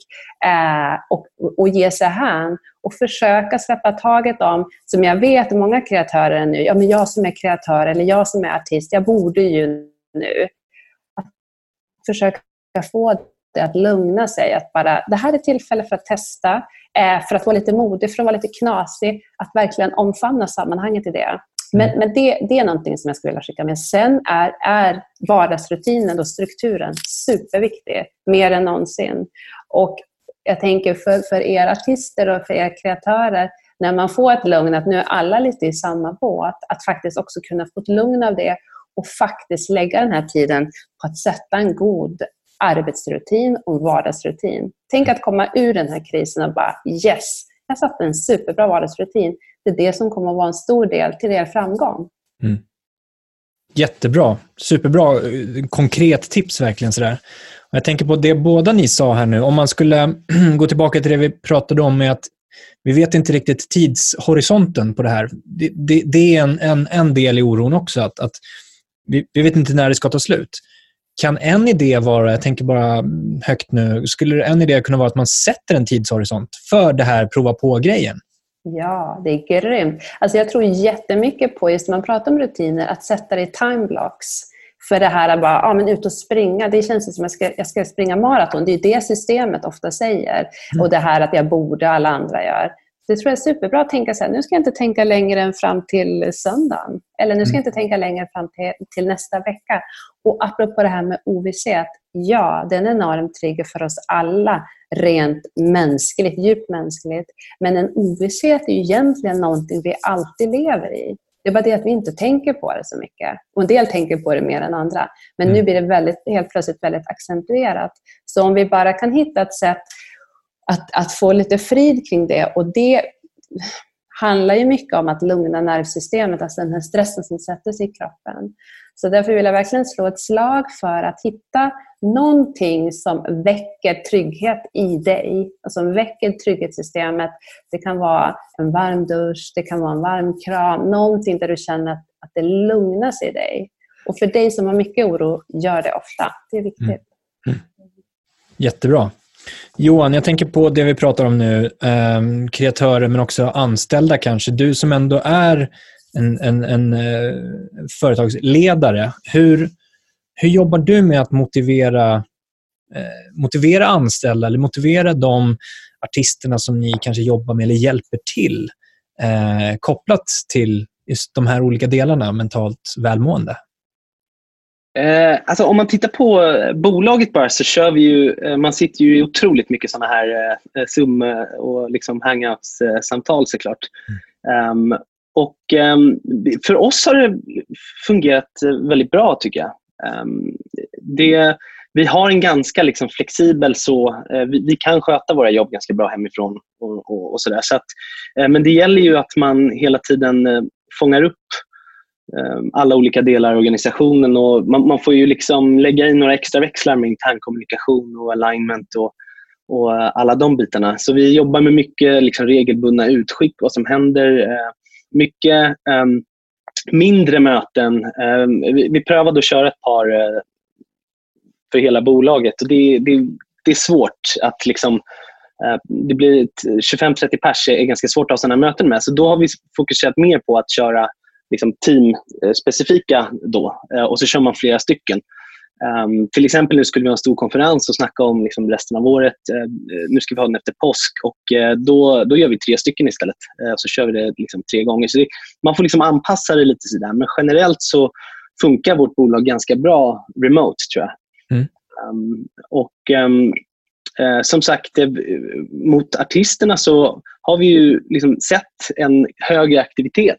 och ge sig hän och försöka släppa taget om, som jag vet många kreatörer nu, ja men jag som är kreatör eller jag som är artist, jag borde ju nu. Att försöka få det att lugna sig, att bara, det här är tillfälle för att testa, för att vara lite modig, för att vara lite knasig, att verkligen omfamna sammanhanget i det. Men det är någonting som jag skulle vilja skicka med. Sen är vardagsrutinen och strukturen superviktig, mer än någonsin. Och jag tänker för er artister och för er kreatörer, när man får ett lugn, att nu är alla lite i samma båt, att faktiskt också kunna få ett lugn av det och faktiskt lägga den här tiden på att sätta en god arbetsrutin och vardagsrutin. Tänk att komma ur den här krisen och bara, yes, jag satte en superbra vardagsrutin. Det är det som kommer att vara en stor del till er framgång. Jättebra. Superbra. Konkret tips verkligen sådär. Och jag tänker på det båda ni sa här nu. Om man skulle gå tillbaka till det vi pratade om med att vi vet inte riktigt tidshorisonten på det här. Det är en del i oron också. Att vi vet inte när det ska ta slut. Kan en idé vara, jag tänker bara högt nu, skulle en idé kunna vara att man sätter en tidshorisont för det här prova på-grejen? Ja, det är grymt. Alltså jag tror jättemycket på, just när man pratar om rutiner, att sätta det i timeblocks. För det här att bara, men ut och springa, det känns som att jag ska springa maraton. Det är det systemet ofta säger. Och det här att jag borde, alla andra gör. Det tror jag är superbra att tänka så här, nu ska jag inte tänka längre än fram till söndagen. Eller nu ska jag inte tänka längre fram till nästa vecka. Och apropå det här med ovisshet, ja, det är en enorm trigger för oss alla, rent mänskligt, djupt mänskligt. Men en ovisshet är ju egentligen någonting vi alltid lever i. Det är bara det att vi inte tänker på det så mycket. Och en del tänker på det mer än andra. Men nu blir det helt plötsligt väldigt accentuerat. Så om vi bara kan hitta ett sätt att få lite frid kring det, och det handlar ju mycket om att lugna nervsystemet, alltså den här stressen som sätter sig i kroppen. Så därför vill jag verkligen slå ett slag för att hitta någonting som väcker trygghet i dig, alltså som väcker trygghetssystemet. Det kan vara en varm dusch, det kan vara en varm kram, någonting där du känner att det lugnar sig i dig. Och för dig som har mycket oro, gör det ofta. Det är viktigt. Jättebra. Johan, jag tänker på det vi pratar om nu, kreatörer men också anställda kanske. Du som ändå är en företagsledare, hur jobbar du med att motivera anställda eller motivera de artisterna som ni kanske jobbar med eller hjälper till kopplat till just de här olika delarna, mentalt välmående? Alltså om man tittar på bolaget bara så kör vi ju, man sitter ju i otroligt mycket sådana här Zoom och liksom Hangouts-samtal såklart. Och för oss har det fungerat väldigt bra tycker jag. Vi har en ganska liksom flexibel vi kan sköta våra jobb ganska bra hemifrån och sådär. Så att, men det gäller ju att man hela tiden fångar upp alla olika delar av organisationen och man får ju liksom lägga in några extra växlar med intern kommunikation och alignment och alla de bitarna. Så vi jobbar med mycket liksom regelbundna utskick, vad som händer, mycket mindre möten. Vi prövade att köra ett par för hela bolaget och det är svårt att liksom det blir 25-30 pers är ganska svårt att ha sådana möten med, så då har vi fokuserat mer på att köra liksom team-specifika då, och så kör man flera stycken. Till exempel nu skulle vi ha en stor konferens och snacka om liksom resten av året. Nu ska vi ha den efter påsk och då gör vi 3 stycken istället. Så kör vi det liksom 3 gånger. Så man får liksom anpassa det lite sådär. Men generellt så funkar vårt bolag ganska bra remote tror jag. Som sagt, mot artisterna så har vi ju liksom sett en högre aktivitet.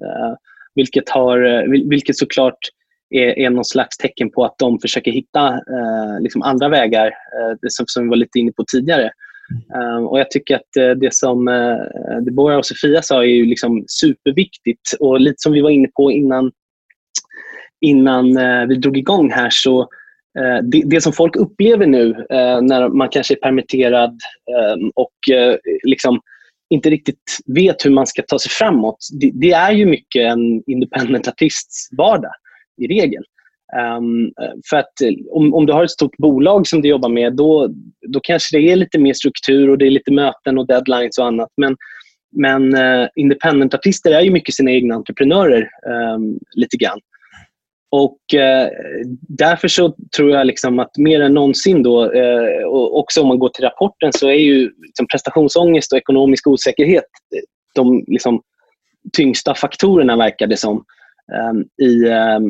Vilket såklart är någon slags tecken på att de försöker hitta liksom andra vägar, som vi var lite inne på tidigare. Och jag tycker att det som Deborah och Sofia sa är ju liksom superviktigt, och lite som vi var inne på innan vi drog igång här, så det som folk upplever nu när man kanske är permitterad och liksom inte riktigt vet hur man ska ta sig framåt, det är ju mycket en independent artists vardag i regel. För att om du har ett stort bolag som du jobbar med, då kanske det är lite mer struktur och det är lite möten och deadlines och annat. Men independent artister är ju mycket sina egna entreprenörer lite grann. Och därför så tror jag liksom att mer än någonsin då, och också om man går till rapporten, så är ju liksom prestationsångest och ekonomisk osäkerhet de liksom tyngsta faktorerna, verkar det som, i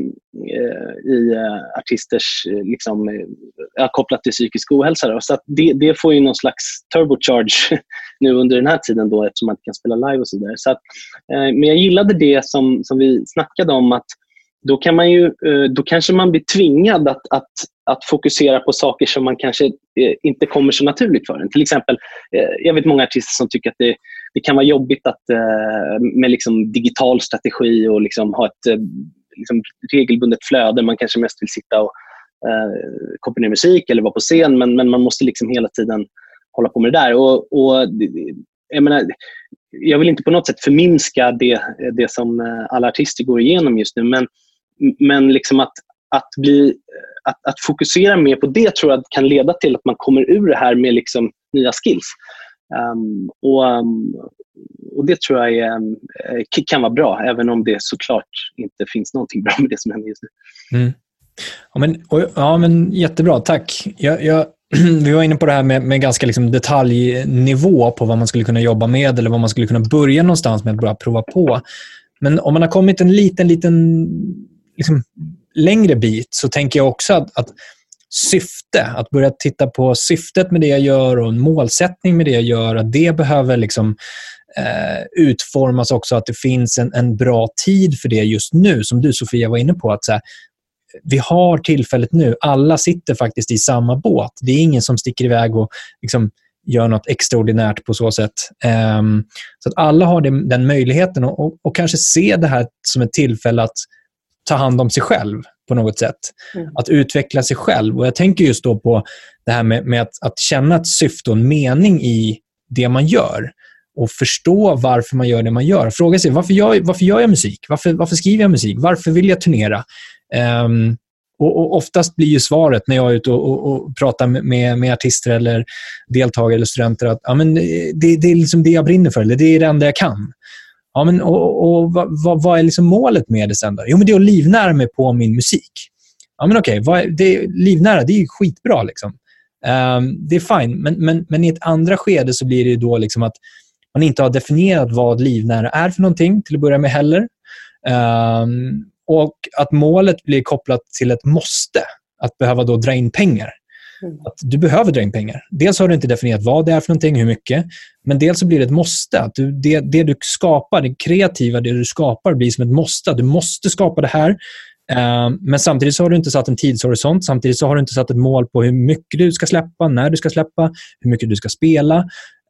artisters liksom, kopplat till psykisk ohälsa då. Så att det får ju någon slags turbocharge nu under den här tiden då, eftersom man inte kan spela live och så där. Så att, men jag gillade det som vi snackade om, att då kanske man blir tvingad att fokusera på saker som man kanske inte kommer så naturligt för en. Till exempel, jag vet många artister som tycker att det kan vara jobbigt med liksom digital strategi och liksom ha ett liksom regelbundet flöde. Man kanske mest vill sitta och komponera musik eller vara på scen, men man måste liksom hela tiden hålla på med det där. Och jag menar, jag vill inte på något sätt förminska det som alla artister går igenom just nu, men liksom att fokusera mer på det tror jag kan leda till att man kommer ur det här med liksom nya skills. Och det tror jag kan vara bra, även om det såklart inte finns någonting bra med det som händer just nu. Men jättebra, tack. Vi var inne på det här med ganska liksom detaljnivå på vad man skulle kunna jobba med eller vad man skulle kunna börja någonstans med att bara prova på. Men om man har kommit en liten liksom, längre bit, så tänker jag också att syfte, att börja titta på syftet med det jag gör och en målsättning med det jag gör, att det behöver liksom utformas också, att det finns en bra tid för det just nu, som du Sofia var inne på, att så här, vi har tillfället nu, alla sitter faktiskt i samma båt, det är ingen som sticker iväg och liksom gör något extraordinärt på så sätt. Så att alla har den möjligheten och kanske se det här som ett tillfälle att ta hand om sig själv på något sätt. Att utveckla sig själv. Och jag tänker just då på det här med att känna ett syfte och en mening i det man gör. Och förstå varför man gör det man gör. Fråga sig, varför gör jag musik? Varför skriver jag musik? Varför vill jag turnera? Och oftast blir ju svaret när jag är ute och pratar med artister eller deltagare eller studenter att det är liksom det jag brinner för, eller det är det enda jag kan. Ja, men vad är liksom målet med det sen då? Jo, men det är att livnära mig på min musik. Ja, men okej, livnära, det är ju skitbra liksom. Det är fine, men i ett andra skede så blir det då liksom att man inte har definierat vad livnära är för någonting till att börja med heller. Och att målet blir kopplat till ett måste. Att behöva då dra in pengar. Att du behöver dra in pengar. Dels har du inte definierat vad det är för någonting, hur mycket. Men dels så blir det ett måste. Att det du skapar, det kreativa, det du skapar blir som ett måste. Du måste skapa det här. Men samtidigt så har du inte satt en tidshorisont. Samtidigt så har du inte satt ett mål på hur mycket du ska släppa, när du ska släppa, hur mycket du ska spela.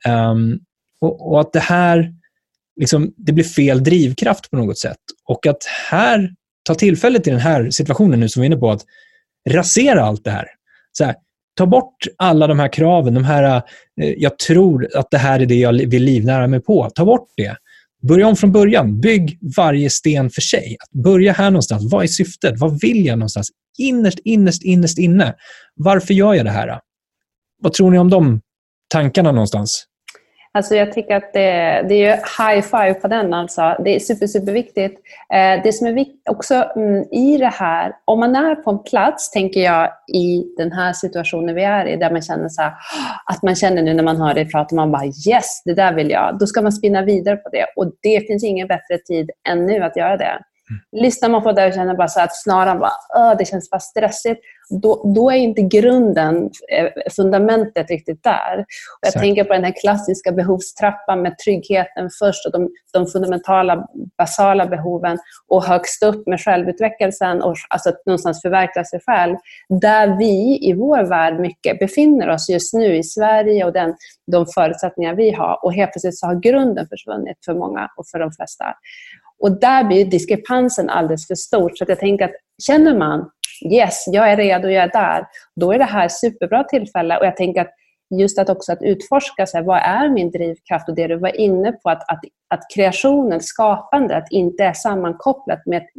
Och att det här liksom, det blir fel drivkraft på något sätt. Och att här ta tillfället i den här situationen nu som vi är inne på, att rasera allt det här. Så här, ta bort alla de här kraven, de här, jag tror att det här är det jag vill livnära mig på. Ta bort det. Börja om från början. Bygg varje sten för sig. Att börja här någonstans. Vad är syftet? Vad vill jag någonstans? Innerst inne. Varför gör jag det här? Vad tror ni om de tankarna någonstans? Alltså jag tycker att det är ju high five på den alltså. Det är superviktigt. Det som är också i det här, om man är på en plats, tänker jag, i den här situationen vi är i, där man känner så här, att man känner nu när man hör det prata, man bara yes, det där vill jag. Då ska man spinna vidare på det. Och det finns ingen bättre tid än nu att göra det. Lyssnar man på det och känner bara så att snaran bara, det känns bara stressigt, då är inte grunden, fundamentet riktigt där. Och jag tänker på den här klassiska behovstrappan med tryggheten först och de fundamentala, basala behoven, och högst upp med självutveckkelsen och alltså att någonstans förverkliga sig själv. Där vi i vår värld mycket befinner oss just nu i Sverige och de förutsättningar vi har. Och helt plötsligt så har grunden försvunnit för många och för de flesta. Och där blir diskrepansen alldeles för stor. Så att jag tänker att känner man, yes, jag är redo, jag är där, då är det här superbra tillfälle. Och jag tänker att just att utforska så här, vad är min drivkraft, och det du var inne på, att kreationen, skapandet inte är sammankopplat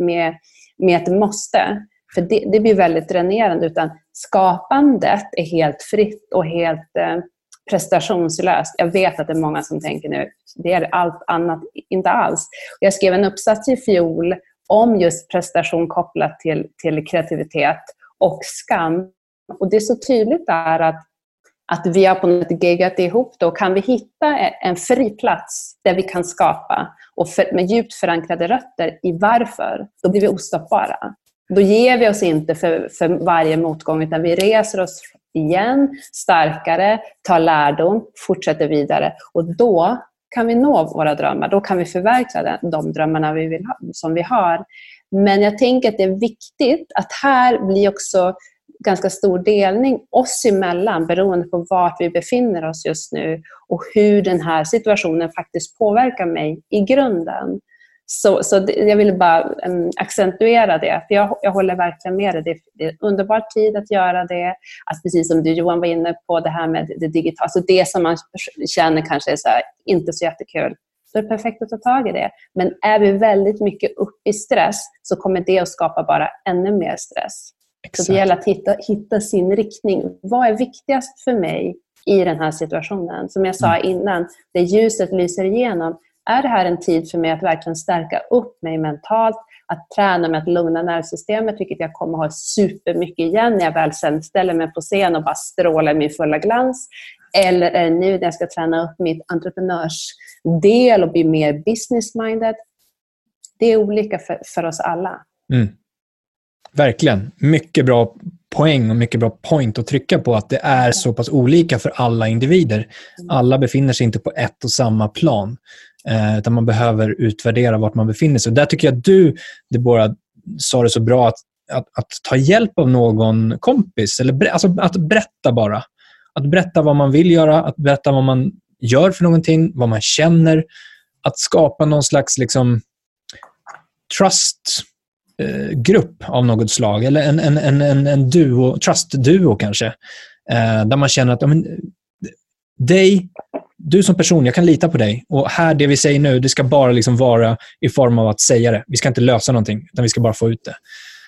med ett måste. För det blir väldigt dränerande, utan skapandet är helt fritt och helt prestationslöst. Jag vet att det är många som tänker nu, det är allt annat, inte alls. Jag skrev en uppsats i fjol om just prestation kopplat till kreativitet och skam. Och det är så tydligt där att vi har på något sätt geggat ihop. Då kan vi hitta en fri plats där vi kan skapa, och med djupt förankrade rötter i varför, då blir vi ostoppbara. Då ger vi oss inte för varje motgång, utan vi reser oss igen, starkare, tar lärdom, fortsätter vidare. Och då kan vi nå våra drömmar. Då kan vi förverkliga de drömmarna vi vill ha, som vi har. Men jag tänker att det är viktigt att här blir också ganska stor delning oss emellan, beroende på vart vi befinner oss just nu och hur den här situationen faktiskt påverkar mig i grunden. Så jag vill bara accentuera det, för jag håller verkligen med dig. Det är en underbar tid att göra det. Att precis som du, Johan, var inne på, det här med det digitala, alltså det som man känner kanske är så här, inte så jättekul, så är det perfekt att ta tag i det. Men är vi väldigt mycket upp i stress, så kommer det att skapa bara ännu mer stress. Exakt. Så det gäller att hitta sin riktning. Vad är viktigast för mig i den här situationen? Som jag sa innan, det ljuset lyser igenom. Är det här en tid för mig att verkligen stärka upp mig mentalt, att träna med att lugna nervsystemet, vilket jag kommer ha supermycket igen när jag väl sen ställer mig på scen och bara strålar min fulla glans? Eller är det nu när jag ska träna upp mitt entreprenörsdel och bli mer business-minded? Det är olika för oss alla. Verkligen. Mycket bra poäng och mycket bra point att trycka på, att det är så pass olika för alla individer. Alla befinner sig inte på ett och samma plan. Utan man behöver utvärdera vart man befinner sig. Och där tycker jag att du, Deborah, sa det så bra, att ta hjälp av någon kompis. Eller att berätta bara. Att berätta vad man vill göra. Att berätta vad man gör för någonting. Vad man känner. Att skapa någon slags liksom, trust-grupp av något slag. Eller en duo, trust-duo kanske. Där man känner att du som person, jag kan lita på dig. Och här, det vi säger nu, det ska bara liksom vara i form av att säga det. Vi ska inte lösa någonting, utan vi ska bara få ut det.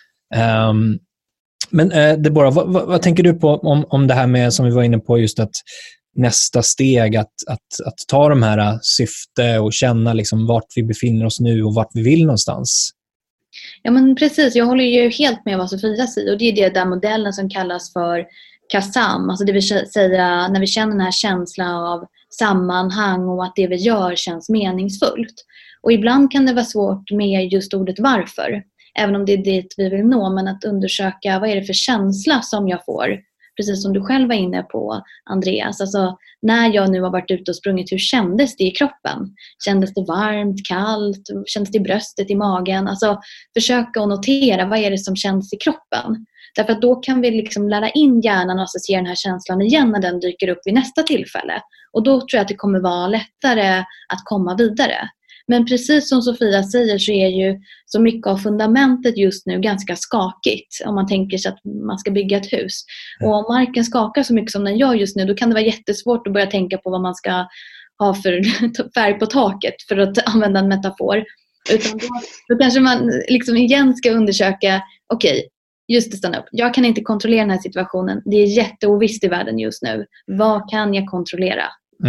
Men Deborah, vad tänker du på om det här med, som vi var inne på, just att nästa steg, att ta de här syfte och känna liksom vart vi befinner oss nu och vart vi vill någonstans? Ja, men precis. Jag håller ju helt med vad Sofia säger. Och det är det där modellen som kallas för KASAM. Alltså det vill säga när vi känner den här känslan av sammanhang och att det vi gör känns meningsfullt. Och ibland kan det vara svårt med just ordet varför. även om det är dit vi vill nå, men att undersöka vad är det för känsla som jag får. Precis som du själv var inne på, Andreas. Alltså, när jag nu har varit ute och sprungit, hur kändes det i kroppen? Kändes det varmt, kallt? Kändes det i bröstet, i magen? Alltså, försöka att notera vad är det som känns i kroppen. Därför att då kan vi liksom lära in hjärnan och associera den här känslan igen när den dyker upp vid nästa tillfälle. Och då tror jag att det kommer vara lättare att komma vidare. Men precis som Sofia säger så är ju så mycket av fundamentet just nu ganska skakigt om man tänker sig att man ska bygga ett hus. Och om marken skakar så mycket som den gör just nu, då kan det vara jättesvårt att börja tänka på vad man ska ha för färg på taket, för att använda en metafor. Utan då kanske man liksom igen ska undersöka, okej, just det, stanna upp. Jag kan inte kontrollera den här situationen. Det är jätteovisst i världen just nu. Vad kan jag kontrollera?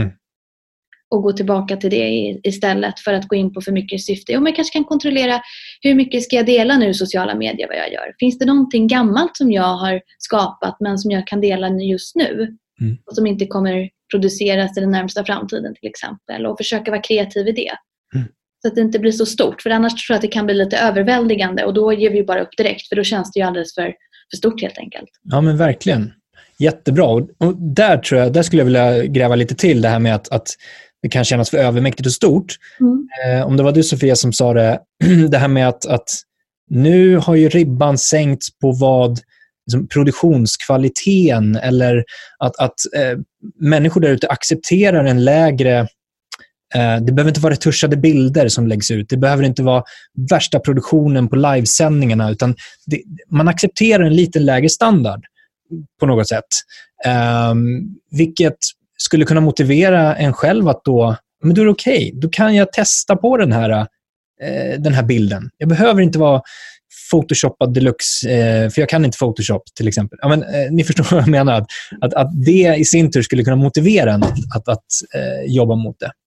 Och gå tillbaka till det istället för att gå in på för mycket syfte. Jo, men jag kanske kan kontrollera hur mycket ska jag dela nu i sociala medier, vad jag gör. Finns det någonting gammalt som jag har skapat men som jag kan dela just nu? Och som inte kommer produceras i den närmsta framtiden till exempel. Och försöka vara kreativ i det. Så att det inte blir så stort. För annars tror jag att det kan bli lite överväldigande. Och då ger vi bara upp direkt. För då känns det ju alldeles för stort helt enkelt. Ja, men verkligen. Jättebra. Och där skulle jag vilja gräva lite till det här med att det kan kännas för övermäktigt och stort. Om det var du, Sofia, som sa det här med att nu har ju ribban sänkts på vad liksom, produktionskvaliteten eller att människor där ute accepterar en lägre. Det behöver inte vara retuschade bilder som läggs ut. Det behöver inte vara värsta produktionen på livesändningarna, utan man accepterar en lite lägre standard på något sätt. Vilket skulle kunna motivera en själv att då är det okej. Då kan jag testa på den här bilden. Jag behöver inte vara photoshoppad deluxe, för jag kan inte Photoshop till exempel. Ja, men, ni förstår vad jag menar. Att det i sin tur skulle kunna motivera en att jobba mot det.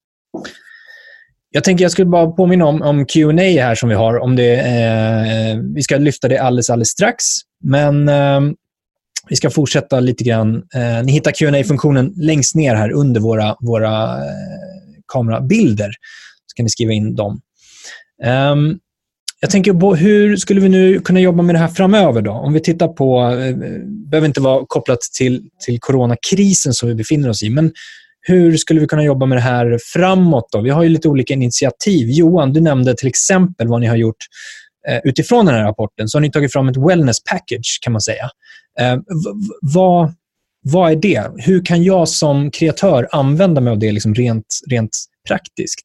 Jag tänker jag skulle bara påminna om Q&A här som vi har. Om det, vi ska lyfta det alldeles strax. Men vi ska fortsätta lite grann. Ni hittar Q&A-funktionen längst ner här under våra kamerabilder. Så kan ni skriva in dem. Jag tänker på hur skulle vi nu kunna jobba med det här framöver då? Om vi tittar på, behöver inte vara kopplat till coronakrisen som vi befinner oss i, men hur skulle vi kunna jobba med det här framåt då? Vi har ju lite olika initiativ. Johan, du nämnde till exempel vad ni har gjort utifrån den här rapporten. Så har ni tagit fram ett wellness package kan man säga. Vad är det? Hur kan jag som kreatör använda mig av det liksom rent praktiskt?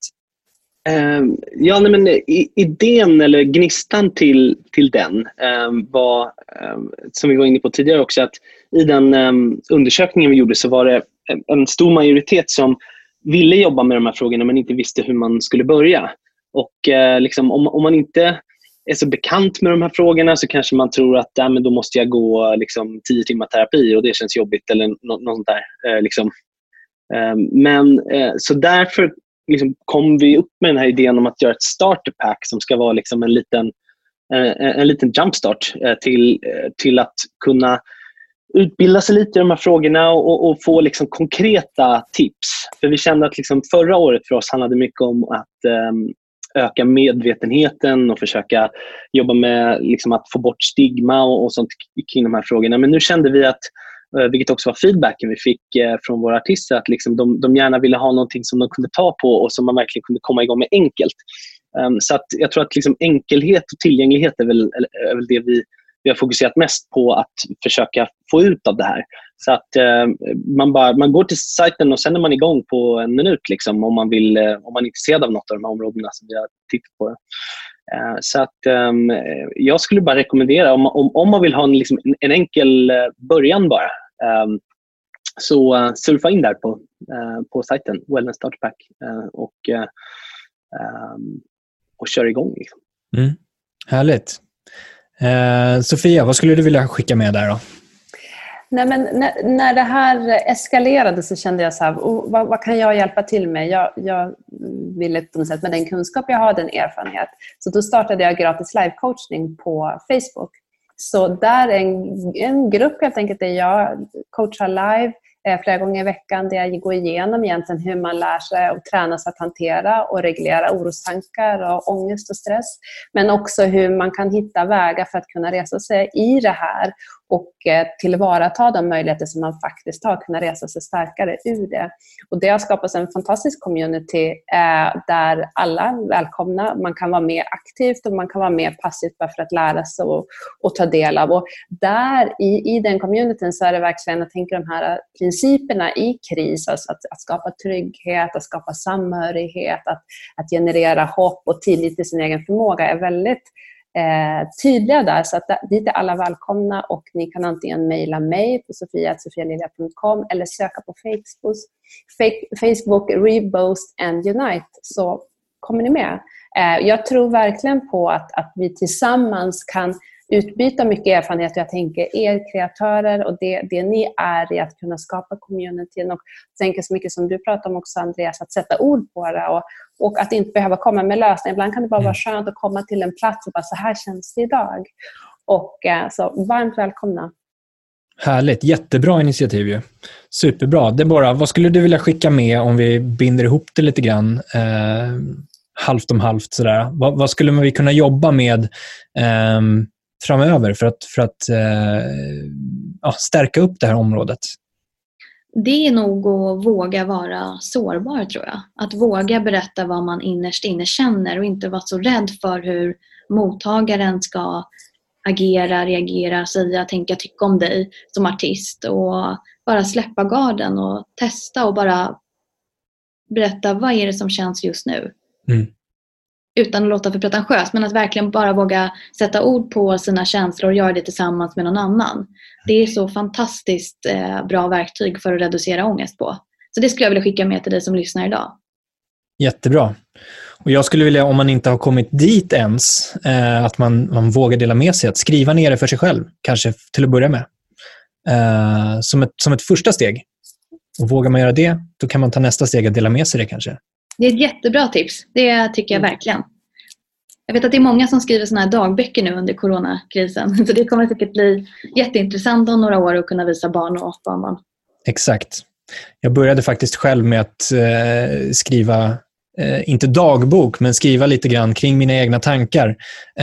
Idén eller gnistan till den var, som vi var inne på tidigare också, att i den undersökningen vi gjorde så var det en stor majoritet som ville jobba med de här frågorna men inte visste hur man skulle börja. Och om man inte är så bekant med de här frågorna så kanske man tror att men då måste jag gå 10 timmar terapi och det känns jobbigt eller något sånt där. Så därför kom vi upp med den här idén om att göra ett starter pack som ska vara en liten jumpstart till att kunna utbilda sig lite i de här frågorna och få konkreta tips. För vi kände att förra året för oss handlade mycket om att öka medvetenheten och försöka jobba med att få bort stigma och sånt kring de här frågorna. Men nu kände vi att, vilket också var feedbacken vi fick från våra artister, att de gärna ville ha någonting som de kunde ta på och som man verkligen kunde komma igång med enkelt. Så att jag tror att enkelhet och tillgänglighet är väl det vi har fokuserat mest på att försöka få ut av det här. Så att man går till sajten och sen är man igång på en minut om man är intresserad av något av de här områdena som vi har tittat på. Så att jag skulle bara rekommendera om man vill ha en enkel början bara, så surfa in där på sajten Wellness Starter Pack och kör igång. Härligt. Sofia, vad skulle du vilja skicka med där då? Nej, men när det här eskalerade så kände jag så här, vad kan jag hjälpa till med? Jag ville på något sätt med den kunskap jag har, den erfarenhet. Så då startade jag gratis live-coachning på Facebook. Så där är en grupp helt enkelt där jag coachar live. flera gånger i veckan där jag går igenom egentligen hur man lär sig och tränar sig att hantera och reglera orostankar och ångest och stress. Men också hur man kan hitta vägar för att kunna resa sig i det här och tillvarata de möjligheter som man faktiskt har, kunna resa sig starkare ur det. Och det har skapats en fantastisk community där alla är välkomna. Man kan vara mer aktivt och man kan vara mer passivt bara för att lära sig och ta del av. Och där i den communityn så är det verkligen, jag tänker de här principerna i kris, alltså att skapa trygghet, att skapa samhörighet, att generera hopp och tillit till sin egen förmåga är väldigt tydliga där, så att dit är alla välkomna, och ni kan antingen mejla mig på sofia@sofialilja.com eller söka på Facebook Reboast and Unite, så kommer ni med. Jag tror verkligen på att vi tillsammans kan utbyta mycket erfarenhet, och jag tänker er kreatörer och det ni är i att kunna skapa communityn, och tänka så mycket som du pratar om också, Andreas, att sätta ord på det och att inte behöva komma med lösningar. Ibland kan det bara vara skönt att komma till en plats och bara, så här känns det idag. Och så varmt välkomna. Härligt, jättebra initiativ ju. Superbra. Deborah, vad skulle du vilja skicka med om vi binder ihop det lite grann? Halvt om halvt sådär. Vad skulle vi kunna jobba med framöver för att stärka upp det här området? Det är nog att våga vara sårbar, tror jag. Att våga berätta vad man innerst inne känner och inte vara så rädd för hur mottagaren ska agera, reagera, säga, tänka, tycka om dig som artist. Och bara släppa garden och testa och bara berätta vad är det som känns just nu. Mm. Utan att låta för pretentiöst, men att verkligen bara våga sätta ord på sina känslor och göra det tillsammans med någon annan. Det är så fantastiskt bra verktyg för att reducera ångest på. Så det skulle jag vilja skicka med till dig som lyssnar idag. Jättebra. Och jag skulle vilja, om man inte har kommit dit ens, att man vågar dela med sig, att skriva ner det för sig själv, kanske till att börja med. Som ett första steg. Och vågar man göra det, då kan man ta nästa steg att dela med sig det kanske. Det är ett jättebra tips. Det tycker jag verkligen. Jag vet att det är många som skriver såna här dagböcker nu under coronakrisen. Så det kommer säkert bli jätteintressant om några år att kunna visa barn och barnbarn. Exakt. Jag började faktiskt själv med att skriva, inte dagbok, men skriva lite grann kring mina egna tankar.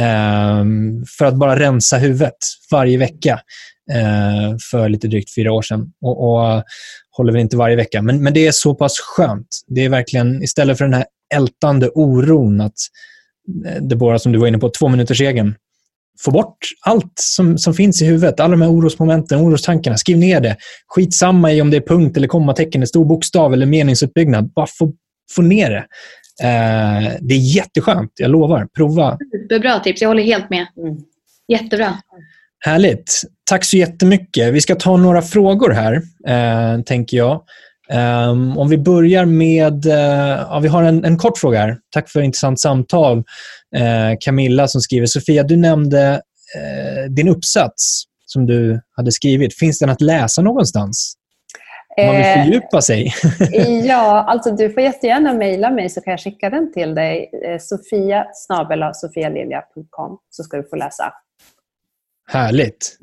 För att bara rensa huvudet varje vecka. För lite drygt 4 år sedan. Och håller väl inte varje vecka. Men det är så pass skönt. Det är verkligen, istället för den här ältande oron, att det bara, som du var inne på, 2-minutersregeln. Få bort allt som finns i huvudet. Alla de här orosmomenten, orostankarna. Skriv ner det. Skitsamma i om det är punkt eller kommatecken, stor bokstav eller meningsutbyggnad. Bara få ner det. Det är jätteskönt, jag lovar. Prova. Det är bra tips, jag håller helt med. Jättebra. Härligt. Tack så jättemycket. Vi ska ta några frågor här, tänker jag. Om vi börjar med... vi har en kort fråga här. Tack för intressant samtal. Camilla som skriver: Sofia, du nämnde din uppsats som du hade skrivit. Finns den att läsa någonstans? Om man vill fördjupa sig. Ja, alltså du får jättegärna mejla mig så kan jag skicka den till dig. Sofia@sofialilja.com, så ska du få läsa. Härligt.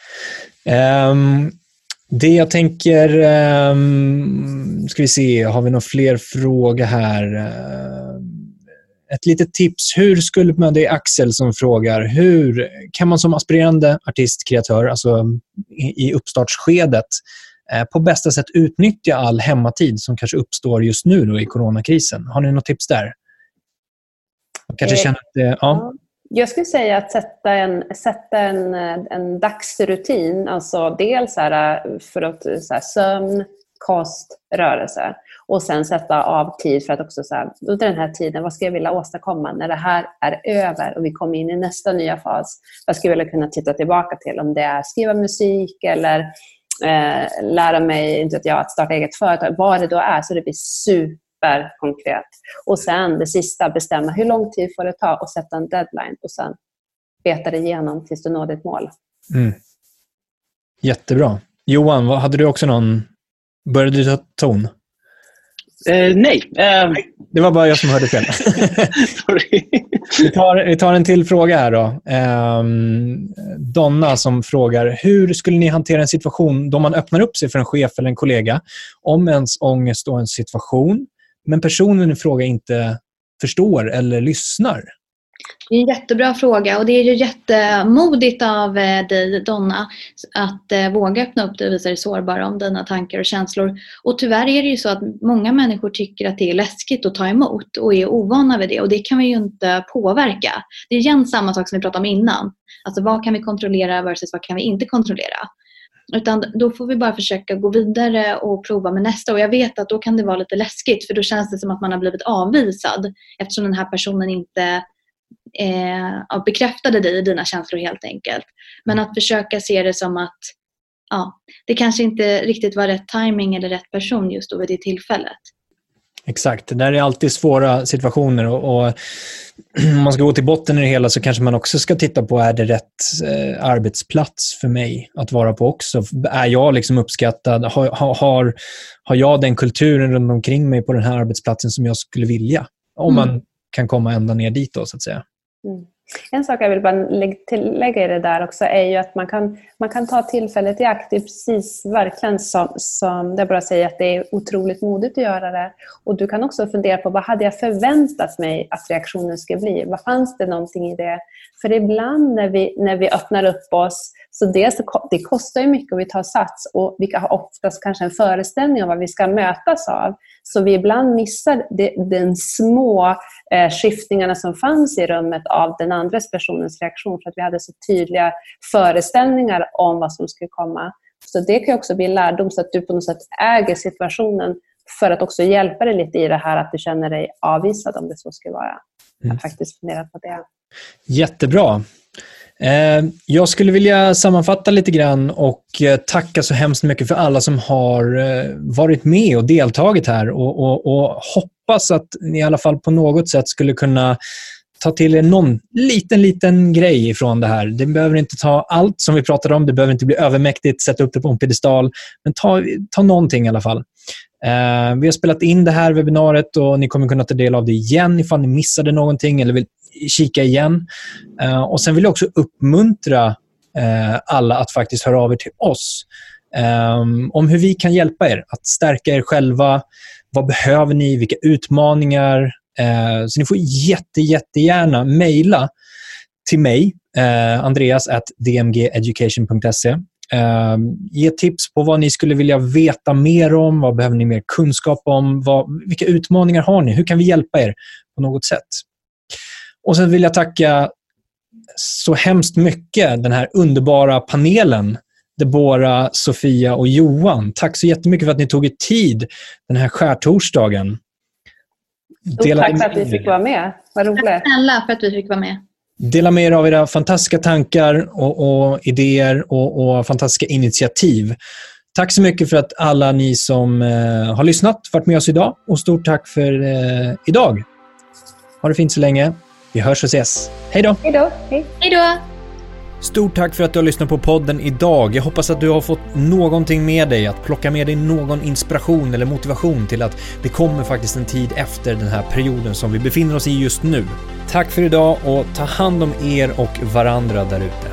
Det jag tänker, ska vi se, har vi några fler frågor här? Ett litet tips, hur skulle man, det är Axel som frågar, hur kan man som aspirerande artist, kreatör, alltså i uppstartsskedet, på bästa sätt utnyttja all hemmatid som kanske uppstår just nu då i coronakrisen? Har ni något tips där? Jag kanske känner att ja. Jag skulle säga att sätta en dagsrutin, alltså dels för att sömn, kost, rörelse, och sen sätta av tid för att också under den här tiden, vad ska jag vilja åstadkomma när det här är över och vi kommer in i nästa nya fas? Vad skulle jag vilja kunna titta tillbaka till? Om det är skriva musik eller lära mig att starta eget företag, vad det då är, så det blir superkonkret. Och sen det sista, bestämma hur lång tid får det ta och sätta en deadline och sen beta det igenom tills du når ditt mål. Jättebra. Johan, hade du också någon... Började du ta ton? Nej. Det var bara jag som hörde fel. Sorry. Vi tar en till fråga här då. Donna som frågar, hur skulle ni hantera en situation då man öppnar upp sig för en chef eller en kollega om ens ångest och en situation, men personen i fråga inte förstår eller lyssnar? Det är en jättebra fråga och det är ju jättemodigt av dig, Donna, att våga öppna upp dig och visa dig sårbar om dina tankar och känslor. Och tyvärr är det ju så att många människor tycker att det är läskigt att ta emot och är ovana vid det, och det kan vi ju inte påverka. Det är igen samma sak som vi pratade om innan. Alltså vad kan vi kontrollera versus vad kan vi inte kontrollera? Utan då får vi bara försöka gå vidare och prova med nästa. Och jag vet att då kan det vara lite läskigt, för då känns det som att man har blivit avvisad eftersom den här personen inte bekräftade dig i dina känslor helt enkelt. Men att försöka se det som att det kanske inte riktigt var rätt timing eller rätt person just då vid det tillfället. Exakt, det där är alltid svåra situationer och om man ska gå till botten i det hela så kanske man också ska titta på, är det rätt arbetsplats för mig att vara på också? Är jag liksom uppskattad? Har jag den kulturen runt omkring mig på den här arbetsplatsen som jag skulle vilja? Om man kan komma ända ner dit då, så att säga. En sak jag vill bara tillägga i det där också är ju att man kan ta tillfället i akt. Det är precis verkligen som det bara säger, att det är otroligt modigt att göra det. Och du kan också fundera på, vad hade jag förväntat mig att reaktionen skulle bli? Vad fanns det någonting i det? För ibland när vi öppnar upp oss, så det kostar ju mycket och vi tar sats, och vi har oftast kanske en föreställning om vad vi ska mötas av. Så vi ibland missar den små skiftningarna som fanns i rummet av den andra personens reaktion, för att vi hade så tydliga föreställningar om vad som skulle komma. Så det kan också bli lärdom, så att du på något sätt äger situationen för att också hjälpa dig lite i det här att du känner dig avvisad, om det så skulle vara. Att faktiskt fundera på det. Jättebra. Jag skulle vilja sammanfatta lite grann och tacka så hemskt mycket för alla som har varit med och deltagit här, och hoppas att ni i alla fall på något sätt skulle kunna ta till er någon liten grej ifrån det här. Det behöver inte ta allt som vi pratade om, det behöver inte bli övermäktigt, sätta upp det på en pedestal, men ta någonting i alla fall. Vi har spelat in det här webbinariet och ni kommer kunna ta del av det igen ifall ni missade någonting eller vill kika igen. Och sen vill jag också uppmuntra alla att faktiskt höra av er till oss om hur vi kan hjälpa er att stärka er själva. Vad behöver ni? Vilka utmaningar? Så ni får jättegärna mejla till mig, andreas@dmgeducation.se. Ge tips på vad ni skulle vilja veta mer om. Vad behöver ni mer kunskap om? Vilka utmaningar har ni? Hur kan vi hjälpa er på något sätt? Och sen vill jag tacka så hemskt mycket den här underbara panelen, Deborah, Sofia och Johan. Tack så jättemycket för att ni tog er tid den här skärtorsdagen. Tack för att vi fick vara med. Vad roligt. Tack snälla för att vi fick vara med. Dela med er av era fantastiska tankar och idéer och fantastiska initiativ. Tack så mycket för att alla ni som har lyssnat varit med oss idag. Och stort tack för idag. Ha det fint så länge. Vi hörs och ses. Hej då! Hej då! Hej då! Stort tack för att du har lyssnat på podden idag. Jag hoppas att du har fått någonting med dig, att plocka med dig någon inspiration eller motivation till att det kommer faktiskt en tid efter den här perioden som vi befinner oss i just nu. Tack för idag och ta hand om er och varandra där ute.